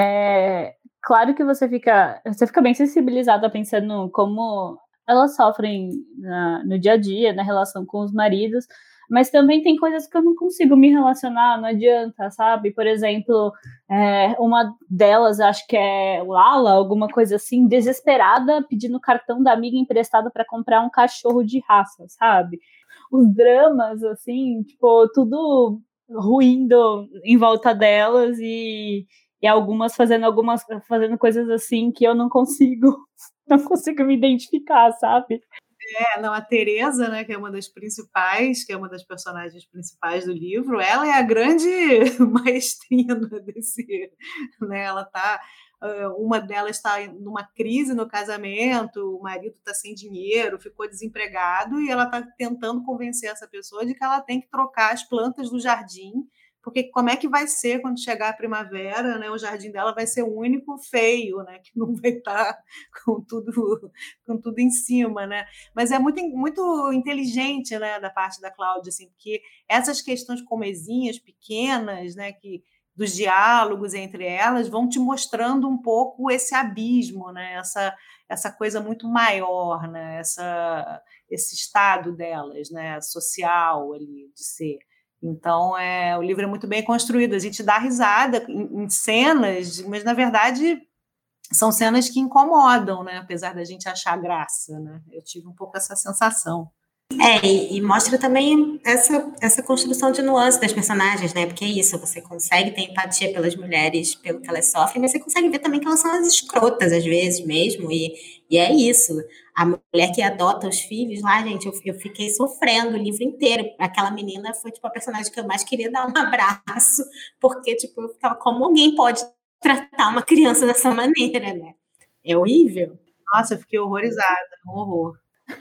é, claro que você fica, você fica bem sensibilizada pensando como elas sofrem na, no dia a dia, na relação com os maridos, mas também tem coisas que eu não consigo me relacionar, não adianta, sabe? Por exemplo, é, uma delas, acho que é Lala, alguma coisa assim, desesperada, pedindo o cartão da amiga emprestado para comprar um cachorro de raça, sabe? Os dramas, assim, tipo, tudo ruindo em volta delas e, e algumas fazendo algumas fazendo coisas assim que eu não consigo não consigo me identificar, sabe? É, não, a Teresa, né, que é uma das principais, que é uma das personagens principais do livro, ela é a grande maestrina desse, né, ela tá, uma delas está numa crise no casamento, o marido está sem dinheiro, ficou desempregado, e ela está tentando convencer essa pessoa de que ela tem que trocar as plantas do jardim, porque como é que vai ser quando chegar a primavera, né? O jardim dela vai ser o único feio, né? Que não vai estar com tudo, com tudo em cima, né? Mas é muito, muito inteligente, né, da parte da Cláudia, assim, porque essas questões comezinhas, pequenas, né, que dos diálogos entre elas vão te mostrando um pouco esse abismo, né? Essa, essa coisa muito maior, né? Essa, esse estado delas, né? Social ali de ser. Então, é, o livro é muito bem construído. A gente dá risada em, em cenas, mas, na verdade, são cenas que incomodam, né? Apesar da gente achar graça, né? Eu tive um pouco essa sensação. É, e, e mostra também essa, essa construção de nuance das personagens, né? Porque é isso, você consegue ter empatia pelas mulheres, pelo que elas sofrem, mas você consegue ver também que elas são as escrotas, às vezes mesmo, e, e é isso. A mulher que adota os filhos lá, gente, eu, eu fiquei sofrendo o livro inteiro. Aquela menina foi, tipo, a personagem que eu mais queria dar um abraço, porque, tipo, eu ficava, como alguém pode tratar uma criança dessa maneira, né? É horrível. Nossa, eu fiquei horrorizada, um horror.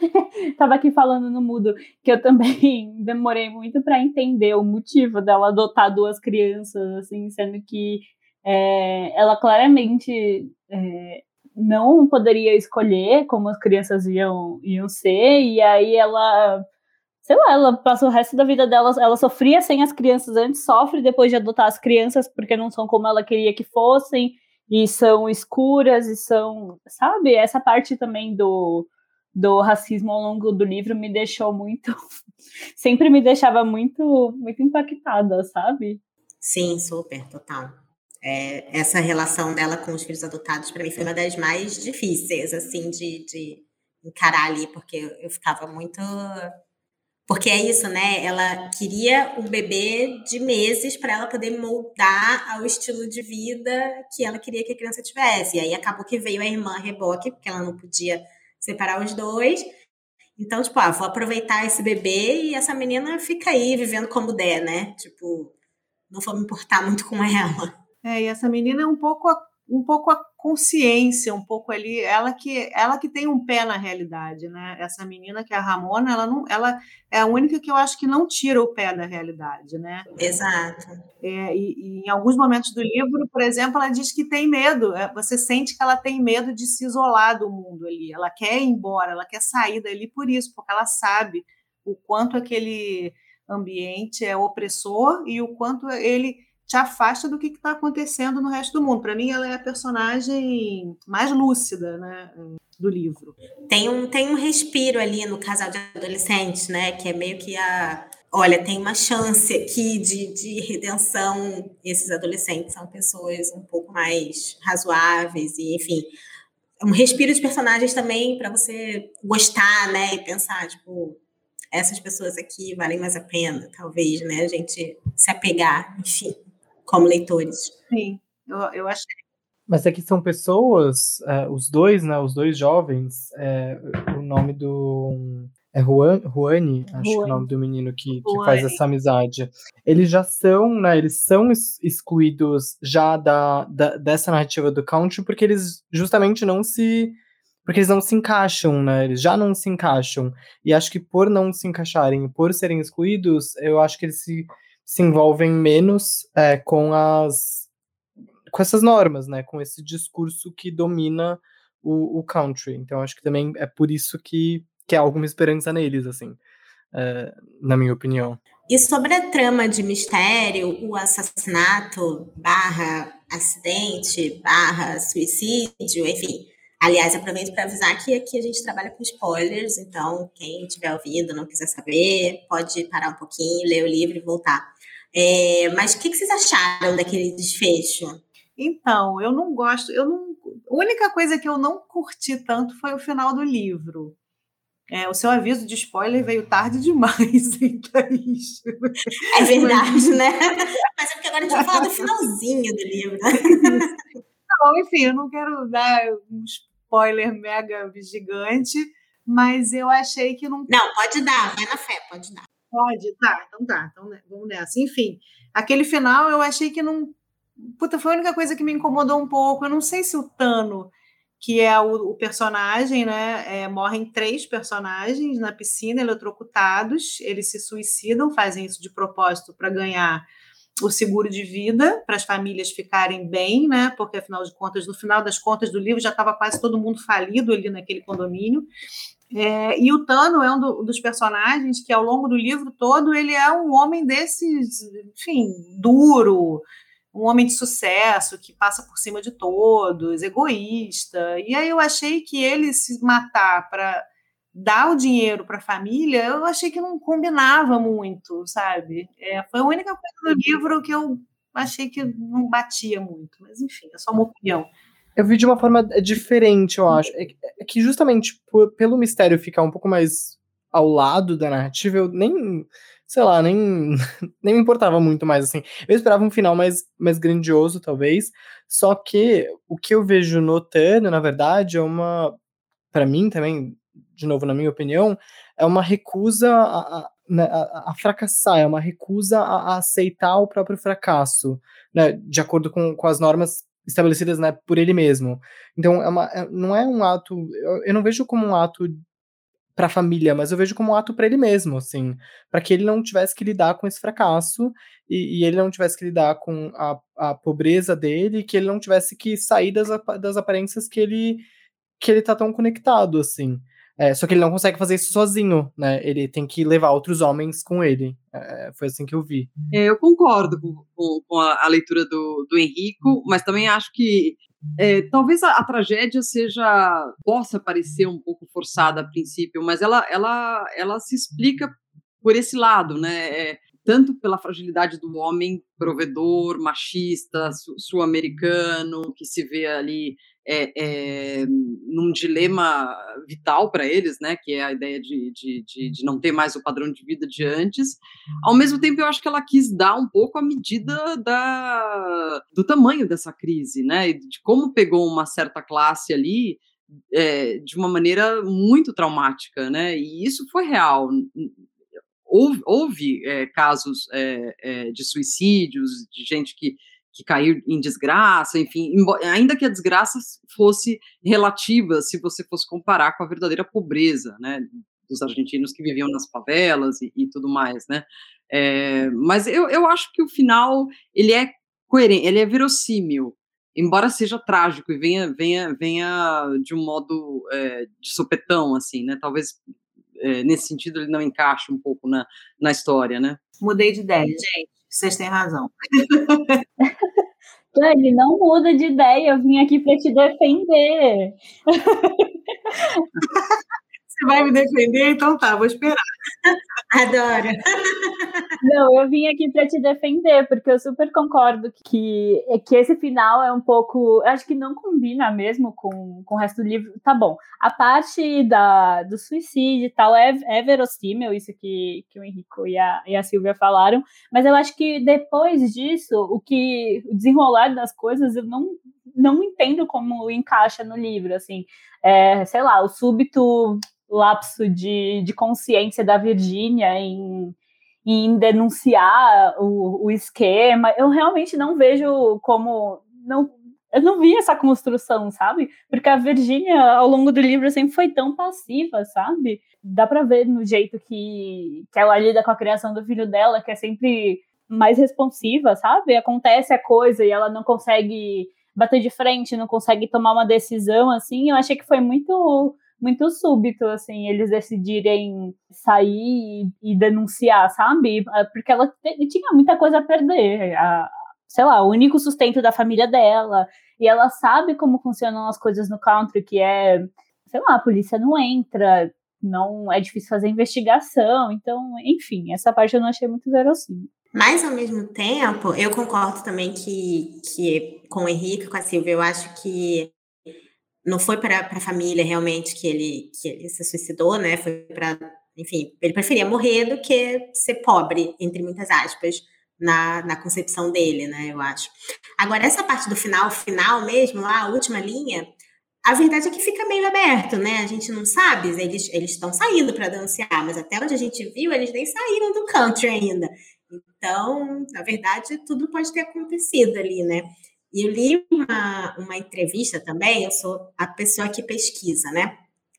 Tava aqui falando no mudo que eu também demorei muito para entender o motivo dela adotar duas crianças, assim, sendo que é, ela claramente é, não poderia escolher como as crianças iam, iam ser, e aí ela, sei lá, ela passou o resto da vida dela, ela sofria sem as crianças antes, sofre depois de adotar as crianças porque não são como ela queria que fossem, e são escuras, e são, sabe, essa parte também do do racismo ao longo do livro me deixou muito, sempre me deixava muito, muito impactada, sabe? Sim, super, total. É, essa relação dela com os filhos adotados, para mim, foi uma das mais difíceis, assim, de, de encarar ali, porque eu ficava muito... Porque é isso, né? Ela queria um bebê de meses para ela poder moldar ao estilo de vida que ela queria que a criança tivesse. E aí acabou que veio a irmã reboque, porque ela não podia separar os dois. Então, tipo, ah, vou aproveitar esse bebê e essa menina fica aí vivendo como der, né? Tipo, não vou me importar muito com ela. É, e essa menina é um pouco a, um pouco a consciência, um pouco ali, ela que, ela que tem um pé na realidade, né? Essa menina que é a Ramona, ela, não, ela é a única que eu acho que não tira o pé da realidade, né? Exato. É, e, e em alguns momentos do livro, por exemplo, ela diz que tem medo, você sente que ela tem medo de se isolar do mundo ali, ela quer ir embora, ela quer sair dali por isso, porque ela sabe o quanto aquele ambiente é opressor e o quanto ele te afasta do que está acontecendo no resto do mundo. Para mim, ela é a personagem mais lúcida, né, do livro. Tem um, tem um respiro ali no casal de adolescentes, né, que é meio que a... Olha, tem uma chance aqui de, de redenção. Esses adolescentes são pessoas um pouco mais razoáveis e, enfim, um respiro de personagens também para você gostar, né, e pensar, tipo, essas pessoas aqui valem mais a pena, talvez, né? A gente se apegar, enfim, como leitores. Sim, eu, eu achei. Mas é que são pessoas, é, os dois, né, os dois jovens, é, o nome do... É Juan, Juani, acho que é o nome do menino que, que faz essa amizade. Eles já são, né, eles são excluídos já da, da, dessa narrativa do country, porque eles justamente não se... Porque eles não se encaixam, né, eles já não se encaixam. E acho que por não se encaixarem, por serem excluídos, eu acho que eles se, se envolvem menos é, com as... com essas normas, né, com esse discurso que domina o, o country. Então acho que também é por isso que, que há alguma esperança neles, assim, é, na minha opinião. E sobre a trama de mistério, o assassinato barra acidente, barra suicídio, enfim. Aliás, aproveito para avisar que aqui a gente trabalha com spoilers, então quem estiver ouvindo, não quiser saber, pode parar um pouquinho, ler o livro e voltar. É, mas o que, que vocês acharam daquele desfecho? Então, eu não gosto, eu não, a única coisa que eu não curti tanto foi o final do livro. É, o seu aviso de spoiler veio tarde demais, hein, Thaís? É verdade, Mas... né? Mas é porque agora a gente vai falar do finalzinho do livro. Não, enfim, eu não quero dar um spoiler mega gigante, mas eu achei que não... Não, pode dar, vai na fé, pode dar. Pode, tá, então tá, então vamos nessa. Enfim, aquele final eu achei que não... Puta, foi a única coisa que me incomodou um pouco. Eu não sei se o Tano, que é o, o personagem, né? É, morrem três personagens na piscina, eletrocutados. Eles se suicidam, fazem isso de propósito para ganhar o seguro de vida, para as famílias ficarem bem, né? Porque, afinal de contas, no final das contas do livro já estava quase todo mundo falido ali naquele condomínio. É, e o Tano é um do, dos personagens que, ao longo do livro todo, ele é um homem desses, enfim, duro, um homem de sucesso, que passa por cima de todos, egoísta. E aí eu achei que ele se matar para dar o dinheiro para a família, eu achei que não combinava muito, sabe? É, foi a única coisa do livro que eu achei que não batia muito. Mas, enfim, é só uma opinião. Eu vi de uma forma diferente, eu acho. É que justamente por, pelo mistério ficar um pouco mais ao lado da narrativa, eu nem... sei lá, nem, nem me importava muito mais, assim. Eu esperava um final mais, mais grandioso, talvez, só que o que eu vejo no Tano, na verdade, é uma, pra mim também, de novo, na minha opinião, é uma recusa a, a, a, a fracassar, é uma recusa a, a aceitar o próprio fracasso, né, de acordo com, com as normas estabelecidas, né, por ele mesmo. Então, é uma, é, não é um ato, eu, eu não vejo como um ato para a família, mas eu vejo como um ato para ele mesmo, assim, para que ele não tivesse que lidar com esse fracasso e, e ele não tivesse que lidar com a, a pobreza dele, que ele não tivesse que sair das, das aparências que ele que ele tá tão conectado, assim. É, só que ele não consegue fazer isso sozinho, né? Ele tem que levar outros homens com ele. É, foi assim que eu vi. É, eu concordo com, com, com a, a leitura do, do Henrico, mas também acho que É, talvez a, a tragédia seja, possa parecer um pouco forçada a princípio, mas ela, ela, ela se explica por esse lado, né? É, tanto pela fragilidade do homem provedor, machista, su, sul-americano, que se vê ali é, é, num dilema vital para eles, né? Que é a ideia de, de, de, de não ter mais o padrão de vida de antes. Ao mesmo tempo, eu acho que ela quis dar um pouco a medida da, do tamanho dessa crise, né? De como pegou uma certa classe ali é, de uma maneira muito traumática, né? E isso foi real. Houve, houve é, casos é, é, de suicídios, de gente que, que caiu em desgraça, enfim, ainda que a desgraça fosse relativa, se você fosse comparar com a verdadeira pobreza, né, dos argentinos que viviam nas favelas e, e tudo mais, né, é, mas eu, eu acho que o final, ele é coerente, ele é verossímil, embora seja trágico e venha, venha, venha de um modo é, de sopetão, assim, né, talvez é, nesse sentido ele não encaixa um pouco na, na história, né. Mudei de ideia, gente, vocês têm razão. Ele não muda de ideia, eu vim aqui para te defender. Você vai me defender? Então tá, vou esperar. Adoro. Não, eu vim aqui para te defender, porque eu super concordo que, que esse final é um pouco... Acho que não combina mesmo com, com o resto do livro. Tá bom, a parte da, do suicídio e tal é, é verossímil, isso que, que o Henrico e a, e a Silvia falaram, mas eu acho que depois disso, o que o desenrolar das coisas, eu não, não entendo como encaixa no livro, assim. É, sei lá, o súbito lapso de, de consciência da Virgínia em, em denunciar o, o esquema, eu realmente não vejo como... Não, eu não vi essa construção, sabe? Porque a Virgínia, ao longo do livro, sempre foi tão passiva, sabe? Dá pra ver no jeito que, que ela lida com a criação do filho dela, que é sempre mais responsiva, sabe? Acontece a coisa e ela não consegue bater de frente, não consegue tomar uma decisão, assim. Eu achei que foi muito... muito súbito, assim, eles decidirem sair e, e denunciar, sabe? Porque ela te, tinha muita coisa a perder, a, sei lá, o único sustento da família dela, e ela sabe como funcionam as coisas no country, que é, sei lá, a polícia não entra, não é difícil fazer investigação, então, enfim, essa parte eu não achei muito verossímil. Mas, ao mesmo tempo, eu concordo também que, que com o Henrique, com a Silvia, eu acho que não foi para a família realmente que ele, que ele se suicidou, né? Foi para, enfim, ele preferia morrer do que ser pobre, entre muitas aspas, na, na concepção dele, né? Eu acho. Agora, essa parte do final, final mesmo, lá, a última linha, a verdade é que fica meio aberto, né? A gente não sabe, eles eles estão saindo para dançar, mas até onde a gente viu, eles nem saíram do country ainda. Então, na verdade, tudo pode ter acontecido ali, né? E eu li uma, uma entrevista também, eu sou a pessoa que pesquisa, né?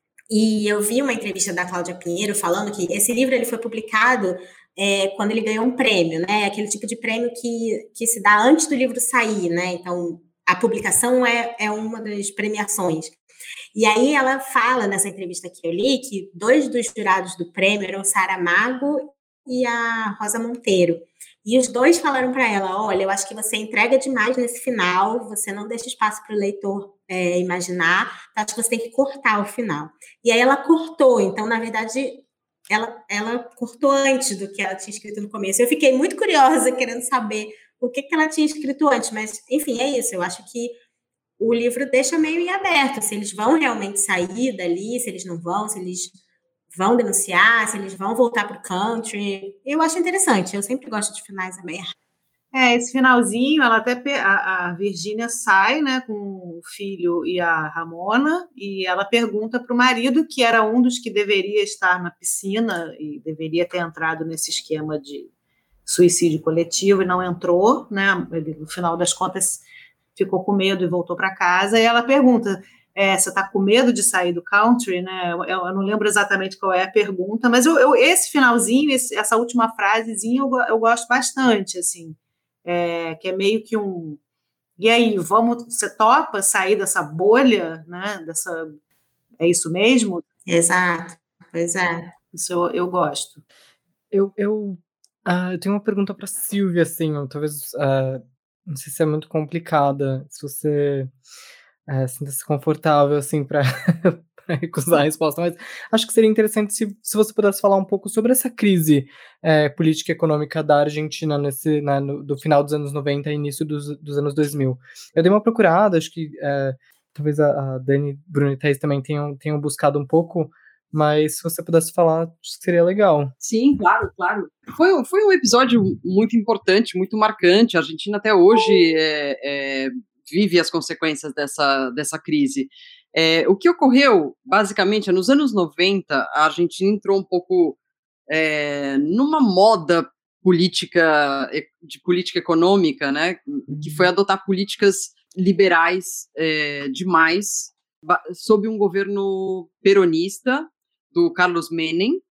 E eu vi uma entrevista da Cláudia Pinheiro falando que esse livro ele foi publicado é, quando ele ganhou um prêmio, né? Aquele tipo de prêmio que, que se dá antes do livro sair, né? Então, a publicação é, é uma das premiações. E aí ela fala nessa entrevista que eu li que dois dos jurados do prêmio eram Saramago e a Rosa Monteiro. E os dois falaram para ela, olha, eu acho que você entrega demais nesse final, você não deixa espaço para o leitor é, imaginar, acho que você tem que cortar o final. E aí ela cortou, então, na verdade, ela, ela cortou antes do que ela tinha escrito no começo. Eu fiquei muito curiosa, querendo saber o que, que ela tinha escrito antes, mas, enfim, é isso, eu acho que o livro deixa meio em aberto, se eles vão realmente sair dali, se eles não vão, se eles... vão denunciar, se eles vão voltar para o country. Eu acho interessante, eu sempre gosto de finais abertos. É, esse finalzinho, ela até a, a Virgínia sai, né, com o filho e a Ramona, e ela pergunta para o marido, que era um dos que deveria estar na piscina e deveria ter entrado nesse esquema de suicídio coletivo e não entrou, né? Ele, no final das contas, ficou com medo e voltou para casa, e ela pergunta... É, você está com medo de sair do country, né? Eu, eu não lembro exatamente qual é a pergunta, mas eu, eu, esse finalzinho, esse, essa última frasezinha, eu, eu gosto bastante, assim, é, que é meio que um... E aí, vamos, você topa sair dessa bolha, né? Dessa, é isso mesmo? Exato, pois é. Isso eu, eu gosto. Eu, eu, uh, eu tenho uma pergunta para Silvia, assim, ou talvez, uh, não sei se é muito complicada, se você... É, sinta-se confortável, assim, para recusar a resposta, mas acho que seria interessante se, se você pudesse falar um pouco sobre essa crise é, política e econômica da Argentina nesse, né, no, do final dos anos noventa e início dos, dos anos dois mil. Eu dei uma procurada, acho que é, talvez a, a Dani, Bruno e Thaís também tenham, tenham buscado um pouco, mas se você pudesse falar, acho que seria legal. Sim, claro, claro. Foi, foi um episódio muito importante, muito marcante. A Argentina até hoje é... é... vive as consequências dessa, dessa crise. É, o que ocorreu, basicamente, é nos anos noventa, a Argentina entrou um pouco é, numa moda política, de política econômica, né, que foi adotar políticas liberais é, demais, sob um governo peronista, do Carlos Menem,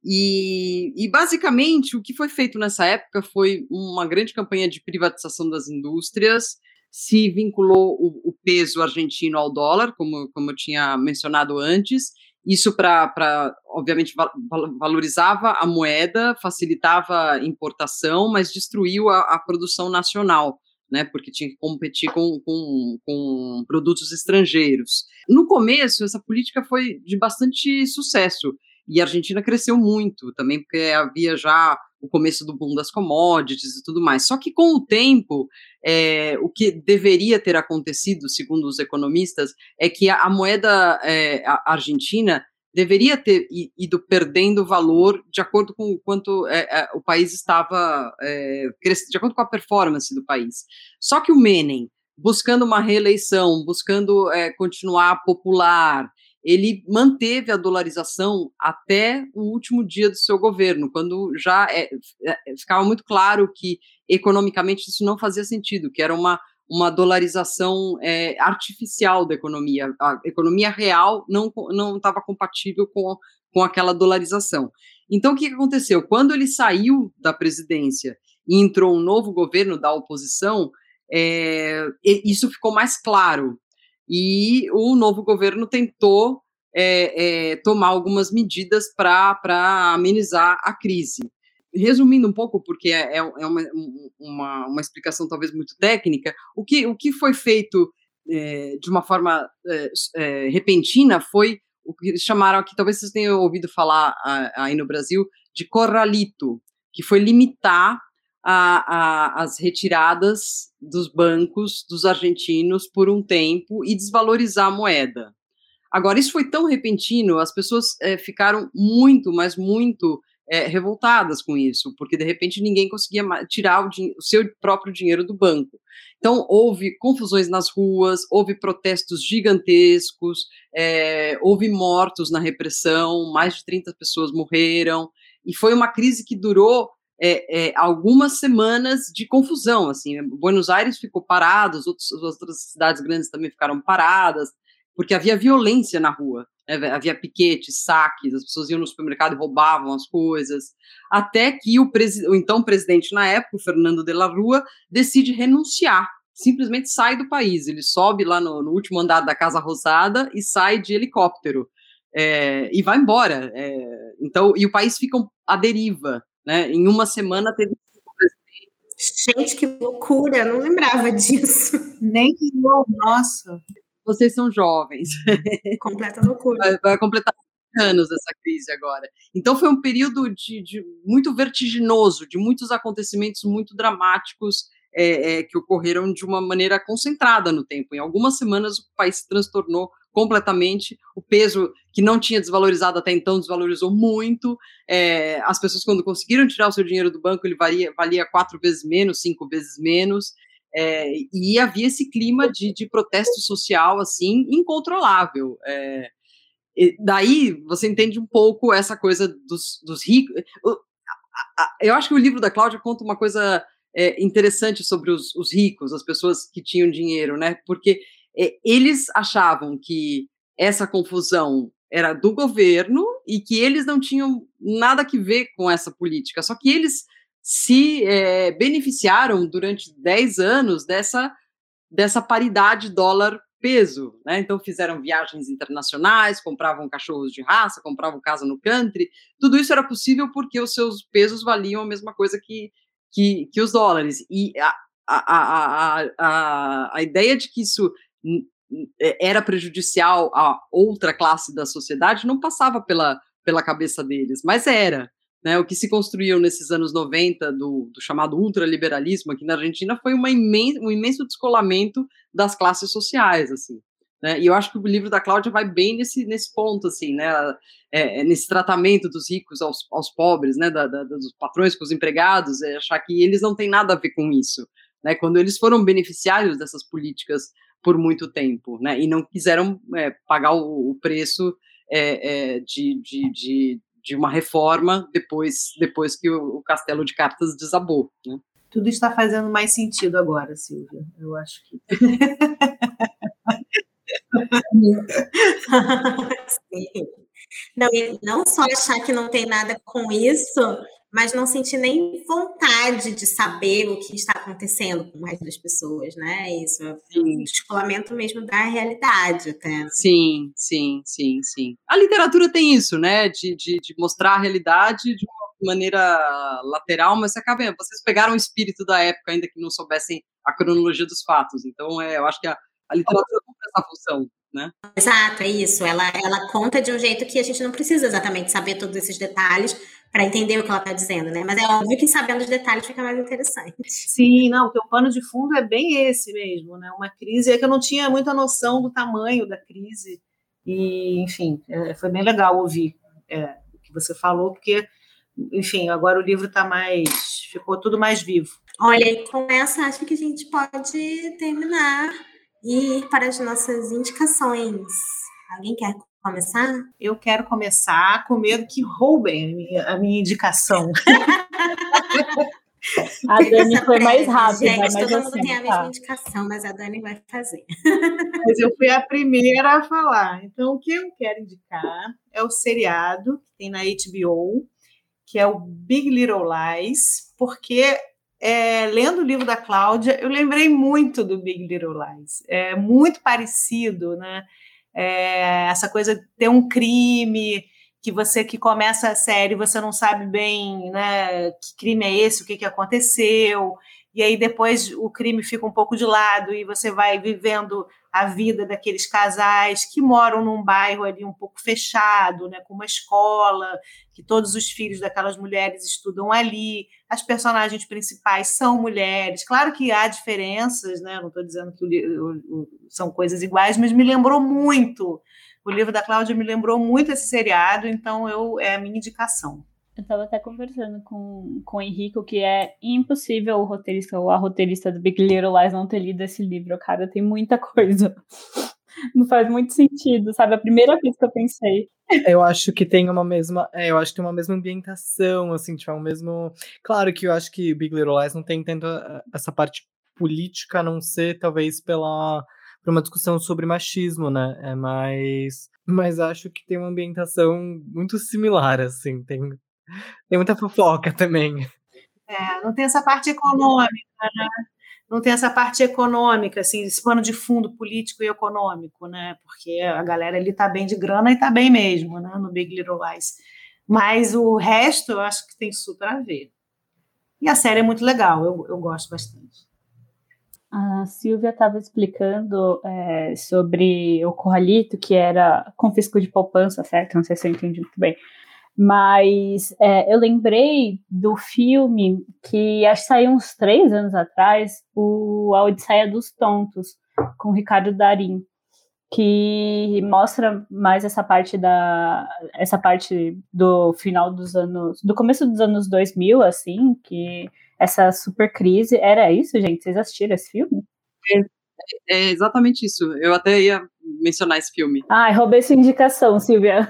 e, e, basicamente, o que foi feito nessa época foi uma grande campanha de privatização das indústrias, se vinculou o, o peso argentino ao dólar, como, como eu tinha mencionado antes, isso para, obviamente, val, valorizava a moeda, facilitava a importação, mas destruiu a, a produção nacional, né, porque tinha que competir com, com, com produtos estrangeiros. No começo, essa política foi de bastante sucesso, e a Argentina cresceu muito também, porque havia já o começo do boom das commodities e tudo mais. Só que, com o tempo, é, o que deveria ter acontecido, segundo os economistas, é que a, a moeda é, a argentina deveria ter ido perdendo valor de acordo com o quanto é, é, o país estava, é, de acordo com a performance do país. Só que o Menem, buscando uma reeleição, buscando é, continuar popular, ele manteve a dolarização até o último dia do seu governo, quando já é, é, ficava muito claro que economicamente isso não fazia sentido, que era uma uma dolarização é, artificial da economia. A economia real não não estava compatível com, com aquela dolarização. Então, o que aconteceu? Quando ele saiu da presidência e entrou um novo governo da oposição, é, isso ficou mais claro. E o novo governo tentou é, é, tomar algumas medidas para amenizar a crise. Resumindo um pouco, porque é, é uma, uma, uma explicação talvez muito técnica, o que, o que foi feito é, de uma forma é, é, repentina foi o que eles chamaram aqui, talvez vocês tenham ouvido falar aí no Brasil, de corralito, que foi limitar a, a, as retiradas dos bancos dos argentinos por um tempo e desvalorizar a moeda. Agora, isso foi tão repentino, as pessoas é, ficaram muito, mas muito É, revoltadas com isso, porque de repente ninguém conseguia tirar o, o seu próprio dinheiro do banco. Então houve confusões nas ruas, houve protestos gigantescos, é, houve mortos na repressão, mais de trinta pessoas morreram, e foi uma crise que durou é, é, algumas semanas de confusão. Assim, Buenos Aires ficou parado, as outras, as outras cidades grandes também ficaram paradas, porque havia violência na rua. Havia piquetes, saques, as pessoas iam no supermercado e roubavam as coisas, até que o, presi- o então presidente na época, o Fernando de la Rúa, decide renunciar, simplesmente sai do país, ele sobe lá no, no último andar da Casa Rosada e sai de helicóptero, é, e vai embora, é, então, e o país fica à deriva, né? Em uma semana teve... Gente, que loucura, não lembrava disso. Nem eu, nossa... Vocês são jovens. Completa loucura. Vai, vai completar anos essa crise agora. Então foi um período de, de muito vertiginoso, de muitos acontecimentos muito dramáticos é, é, que ocorreram de uma maneira concentrada no tempo. Em algumas semanas o país se transtornou completamente, o peso que não tinha desvalorizado até então desvalorizou muito, é, as pessoas quando conseguiram tirar o seu dinheiro do banco ele valia, valia quatro vezes menos, cinco vezes menos, É, e havia esse clima de, de protesto social, assim, incontrolável. É, daí você entende um pouco essa coisa dos, dos ricos. Eu acho que o livro da Cláudia conta uma coisa é, interessante sobre os, os ricos, as pessoas que tinham dinheiro, né? Porque é, eles achavam que essa confusão era do governo e que eles não tinham nada que ver com essa política, só que eles se é, beneficiaram durante dez anos dessa, dessa paridade dólar-peso, né? Então fizeram viagens internacionais, compravam cachorros de raça, compravam casa no country, tudo isso era possível porque os seus pesos valiam a mesma coisa que, que, que os dólares, e a, a, a, a, a ideia de que isso era prejudicial a outra classe da sociedade não passava pela, pela cabeça deles, mas era. Né, o que se construiu nesses anos noventa do, do chamado ultraliberalismo aqui na Argentina foi uma imen um imenso descolamento das classes sociais, assim, né, e eu acho que o livro da Cláudia vai bem nesse, nesse ponto, assim, né, é, nesse tratamento dos ricos aos, aos pobres, né, da, da, dos patrões com os empregados, é achar que eles não têm nada a ver com isso, né, quando eles foram beneficiários dessas políticas por muito tempo, né, e não quiseram é, pagar o, o preço é, é, de, de, de de uma reforma depois, depois que o, o castelo de cartas desabou, né? Tudo está fazendo mais sentido agora, Silvia. Eu acho que... Sim. Não, não só achar que não tem nada com isso, mas não sentir nem vontade de saber o que está acontecendo com mais das pessoas, né? Isso é um descolamento mesmo da realidade, até. Né? Sim, sim, sim, sim. A literatura tem isso, né? De, de, de mostrar a realidade de uma maneira lateral, mas você acaba, vocês pegaram o espírito da época, ainda que não soubessem a cronologia dos fatos. Então, é, eu acho que a, a literatura cumpre essa função, né? Exato, é isso. Ela, ela conta de um jeito que a gente não precisa exatamente saber todos esses detalhes para entender o que ela está dizendo, né? Mas é óbvio que sabendo os detalhes fica mais interessante. Sim, não, o teu pano de fundo é bem esse mesmo, né? Uma crise é que eu não tinha muita noção do tamanho da crise e, enfim, é, foi bem legal ouvir é, o que você falou, porque, enfim, agora o livro está mais, ficou tudo mais vivo. Olha, e com essa acho que a gente pode terminar e ir para as nossas indicações. Alguém quer começar? Eu quero começar com medo que roubem a minha, a minha indicação. A Dani foi mais rápida, gente, mas todo assim, mundo tem a tá. mesma indicação, mas a Dani vai fazer. Mas eu fui a primeira a falar. Então, o que eu quero indicar é o seriado que tem na H B O, que é o Big Little Lies, porque é, lendo o livro da Cláudia, eu lembrei muito do Big Little Lies. É muito parecido, né? É, essa coisa de ter um crime que você que começa a série, você não sabe bem, né, que crime é esse, o que, que aconteceu, e aí depois o crime fica um pouco de lado e você vai vivendo a vida daqueles casais que moram num bairro ali um pouco fechado, né, com uma escola, que todos os filhos daquelas mulheres estudam ali, as personagens principais são mulheres, claro que há diferenças, né, não estou dizendo que o, o, são coisas iguais, mas me lembrou muito. O livro da Cláudia me lembrou muito esse seriado, então eu, é a minha indicação. Eu estava até conversando com, com o Henrico que é impossível o roteirista ou a roteirista do Big Little Lies não ter lido esse livro, cara, tem muita coisa. Não faz muito sentido, sabe? A primeira vez que eu pensei. Eu acho que tem uma mesma, é, eu acho que tem uma mesma ambientação, assim, tipo, é um mesmo... Claro que eu acho que Big Little Lies não tem tanto essa parte política, a não ser, talvez, pela... para uma discussão sobre machismo, né? É mais, mas acho que tem uma ambientação muito similar, assim. Tem, tem muita fofoca também. É, não tem essa parte econômica, né? Não tem essa parte econômica, assim, esse pano de fundo político e econômico, né? Porque a galera ali tá bem de grana e tá bem mesmo, né? No Big Little Lies. Mas o resto eu acho que tem super a ver. E a série é muito legal, eu, eu gosto bastante. A Silvia estava explicando é, sobre o Corralito, que era confisco de poupança, certo? Não sei se eu entendi muito bem. Mas é, eu lembrei do filme que acho que saiu uns três anos atrás, o A Odisseia dos Tontos, com o Ricardo Darín, que mostra mais essa parte da essa parte do final dos anos, do começo dos anos dois mil, assim, que essa super crise, era isso, gente? Vocês assistiram esse filme? É, é exatamente isso, eu até ia mencionar esse filme. Ai, roubei sua indicação, Silvia.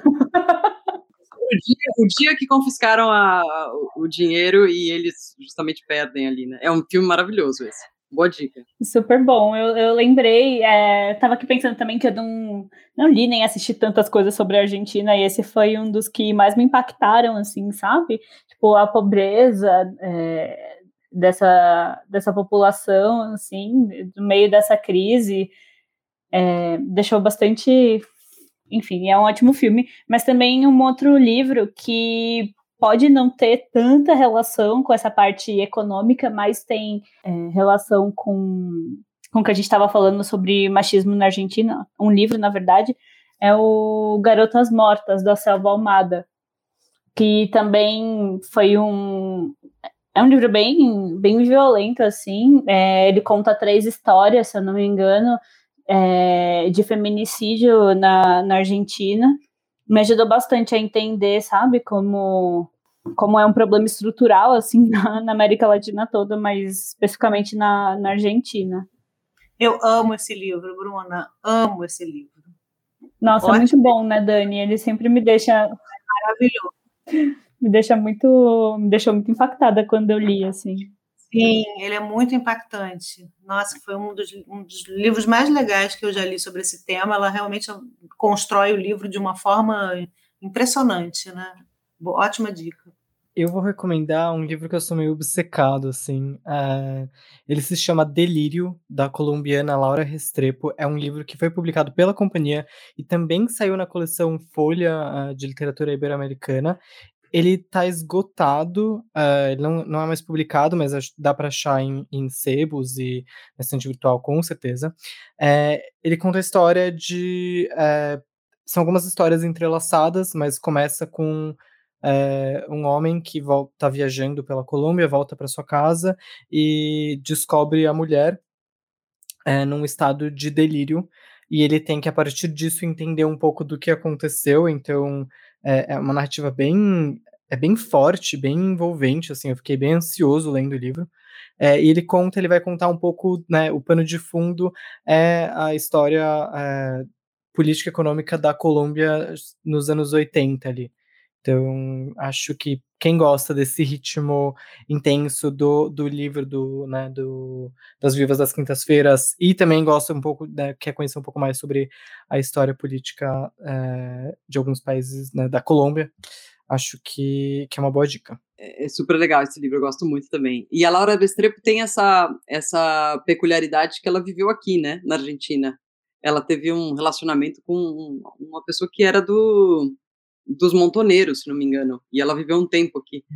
O dia, o dia que confiscaram a, a, o dinheiro e eles justamente perdem ali, né? É um filme maravilhoso esse. Boa dica. Super bom. Eu, eu lembrei, é, tava aqui pensando também que eu não, não li nem assisti tantas coisas sobre a Argentina, e esse foi um dos que mais me impactaram, assim, sabe? Tipo, a pobreza é, dessa, dessa população, assim, no meio dessa crise, é, deixou bastante... Enfim, é um ótimo filme, mas também um outro livro que pode não ter tanta relação com essa parte econômica, mas tem é, relação com, com o que a gente estava falando sobre machismo na Argentina. Um livro, na verdade, é o Garotas Mortas, da Selva Almada, que também foi um... É um livro bem, bem violento, assim. É, ele conta três histórias, se eu não me engano, É, de feminicídio na, na Argentina. Me ajudou bastante a entender, sabe, como, como é um problema estrutural, assim, na, na América Latina toda, mas especificamente na, na Argentina. Eu amo esse livro, Bruna, amo esse livro. Nossa, ótimo. É muito bom, né, Dani? Ele sempre me deixa... Maravilhoso. Me deixa muito... Me deixou muito impactada quando eu li, assim. Sim, ele é muito impactante. Nossa, foi um dos, um dos livros mais legais que eu já li sobre esse tema. Ela realmente constrói o livro de uma forma impressionante, né? Ótima dica. Eu vou recomendar um livro que eu sou meio obcecado, assim. É, ele se chama Delírio, da colombiana Laura Restrepo. É um livro que foi publicado pela companhia e também saiu na coleção Folha uh, de Literatura Ibero-Americana. ele tá esgotado, uh, ele não, não é mais publicado, mas dá para achar em, em sebos e na estante virtual, com certeza. É, ele conta a história de... É, são algumas histórias entrelaçadas, mas começa com é, um homem que está viajando pela Colômbia, volta para sua casa e descobre a mulher é, num estado de delírio, e ele tem que, a partir disso, entender um pouco do que aconteceu. Então é, é uma narrativa bem, é bem forte, bem envolvente, assim, eu fiquei bem ansioso lendo o livro. É, e ele conta, ele vai contar um pouco, né, o pano de fundo é a história é, política e econômica da Colômbia nos anos oitenta ali. Então, acho que quem gosta desse ritmo intenso do, do livro do, né, do, das Vivas das Quintas-Feiras e também gosta um pouco, né, quer conhecer um pouco mais sobre a história política é, de alguns países, né, da Colômbia, acho que, que é uma boa dica. É, é super legal esse livro, eu gosto muito também. E a Laura Restrepo tem essa, essa peculiaridade que ela viveu aqui, né, na Argentina. Ela teve um relacionamento com uma pessoa que era do... dos Montoneiros, se não me engano, e ela viveu um tempo aqui.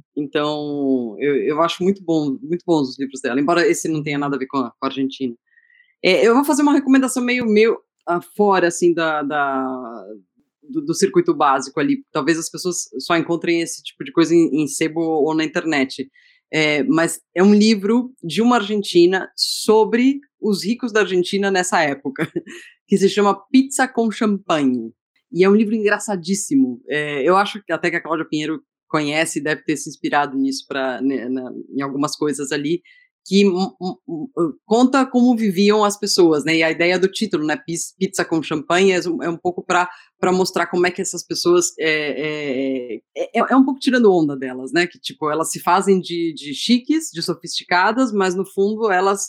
Então, eu, eu acho muito bom, muito bons os livros dela, embora esse não tenha nada a ver com a, com a Argentina. É, eu vou fazer uma recomendação meio, meio uh, fora, assim, da, da, do, do circuito básico ali. Talvez as pessoas só encontrem esse tipo de coisa em, em sebo ou na internet. É, mas é um livro de uma argentina sobre os ricos da Argentina nessa época, que se chama Pizza com Champanhe. E é um livro engraçadíssimo. É, eu acho que até que a Cláudia Pinheiro conhece e deve ter se inspirado nisso pra, né, na, em algumas coisas ali, que um, um, um, conta como viviam as pessoas, né? E a ideia do título, né? Pizza com champanhe, é um, é um pouco para mostrar como é que essas pessoas é, é, é, é um pouco tirando onda delas, né? Que tipo, elas se fazem de, de chiques, de sofisticadas, mas no fundo elas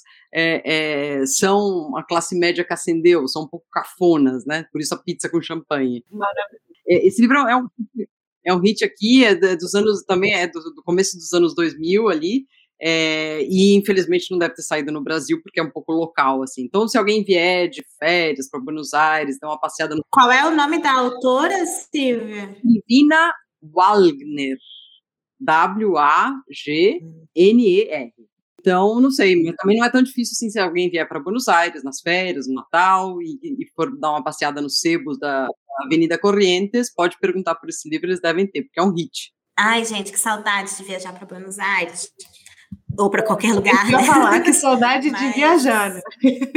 é, é, são a classe média que ascendeu, são um pouco cafonas, né? Por isso a pizza com champanhe. Maravilha. Esse livro é um, é um hit aqui, é dos anos, também é do, do começo dos anos dois mil ali. É, e infelizmente não deve ter saído no Brasil porque é um pouco local, assim. Então, se alguém vier de férias para Buenos Aires, dar uma passeada no... Qual é o nome da autora, Silvia? Livina Wagner, W A G N E R. Então, não sei, mas também não é tão difícil assim se alguém vier para Buenos Aires nas férias, no Natal, e, e for dar uma passeada nos sebos da Avenida Corrientes, pode perguntar por esse livro, eles devem ter, porque é um hit. Ai, gente, que saudade de viajar para Buenos Aires. Ou para qualquer lugar. Eu ia falar que saudade Mas... de viajar, né?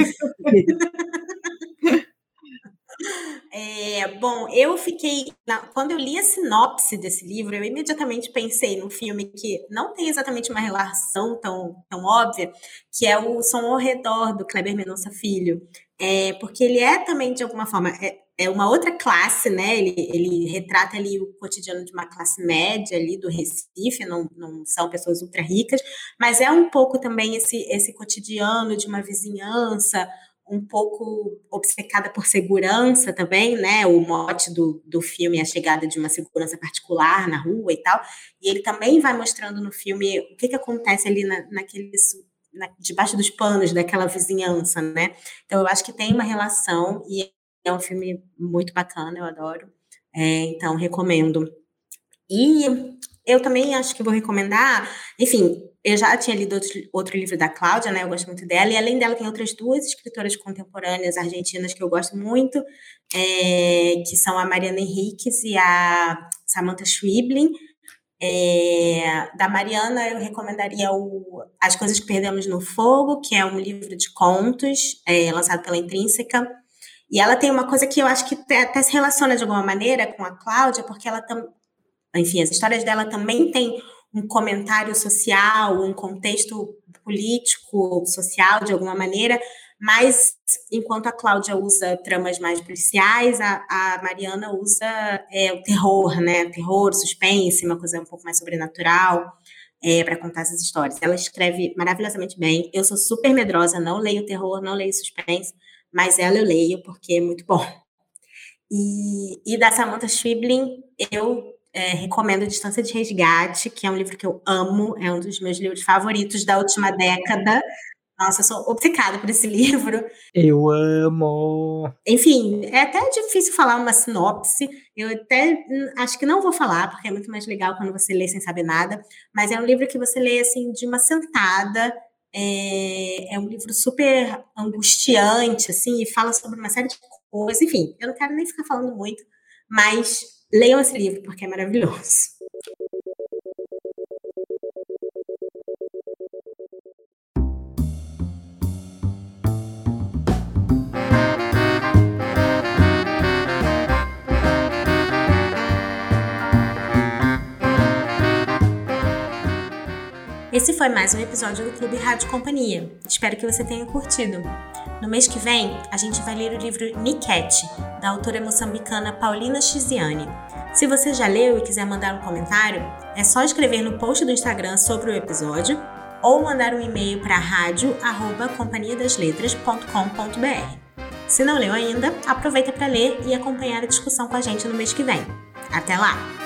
É, bom, eu fiquei... Quando eu li a sinopse desse livro, eu imediatamente pensei num filme que não tem exatamente uma relação tão, tão óbvia, que é o Som ao Redor, do Kleber Mendonça Filho. É, porque ele é também, de alguma forma... É, É uma outra classe, né? Ele, ele retrata ali o cotidiano de uma classe média ali do Recife, não, não são pessoas ultra ricas, mas é um pouco também esse, esse cotidiano de uma vizinhança, um pouco obcecada por segurança também, né? O mote do, do filme é a chegada de uma segurança particular na rua e tal, e ele também vai mostrando no filme o que, que acontece ali na, naquele... Na, debaixo dos panos daquela vizinhança, né? Então, eu acho que tem uma relação e é um filme muito bacana, eu adoro. É, então, recomendo. E eu também acho que vou recomendar... Enfim, eu já tinha lido outro, outro livro da Cláudia, né? Eu gosto muito dela. E, além dela, tem outras duas escritoras contemporâneas argentinas que eu gosto muito, é, que são a Mariana Henriques e a Samantha Schweblin. É, da Mariana, eu recomendaria o As Coisas que Perdemos no Fogo, que é um livro de contos, é, lançado pela Intrínseca. E ela tem uma coisa que eu acho que até se relaciona de alguma maneira com a Cláudia, porque ela também, enfim, as histórias dela também têm um comentário social, um contexto político, social, de alguma maneira, mas enquanto a Cláudia usa tramas mais policiais, a, a Mariana usa é, o terror, né? Terror, suspense, uma coisa um pouco mais sobrenatural, é, para contar essas histórias. Ela escreve maravilhosamente bem. Eu sou super medrosa, não leio terror, não leio suspense, mas ela eu leio porque é muito bom. E, e da Samantha Schweblin, eu é, recomendo Distância de Resgate, que é um livro que eu amo, é um dos meus livros favoritos da última década. Nossa, eu sou obcecada por esse livro. Eu amo! Enfim, é até difícil falar uma sinopse. Eu até acho que não vou falar, porque é muito mais legal quando você lê sem saber nada. Mas é um livro que você lê, assim, de uma sentada. É, é um livro super angustiante, assim, e fala sobre uma série de coisas. Enfim, eu não quero nem ficar falando muito, mas leiam esse livro, porque é maravilhoso. Esse foi mais um episódio do Clube Rádio Companhia. Espero que você tenha curtido. No mês que vem, a gente vai ler o livro Niket, da autora moçambicana Paulina Chiziane. Se você já leu e quiser mandar um comentário, é só escrever no post do Instagram sobre o episódio ou mandar um e-mail para rádio arroba companhia das letras ponto com ponto b r. Se não leu ainda, aproveita para ler e acompanhar a discussão com a gente no mês que vem. Até lá!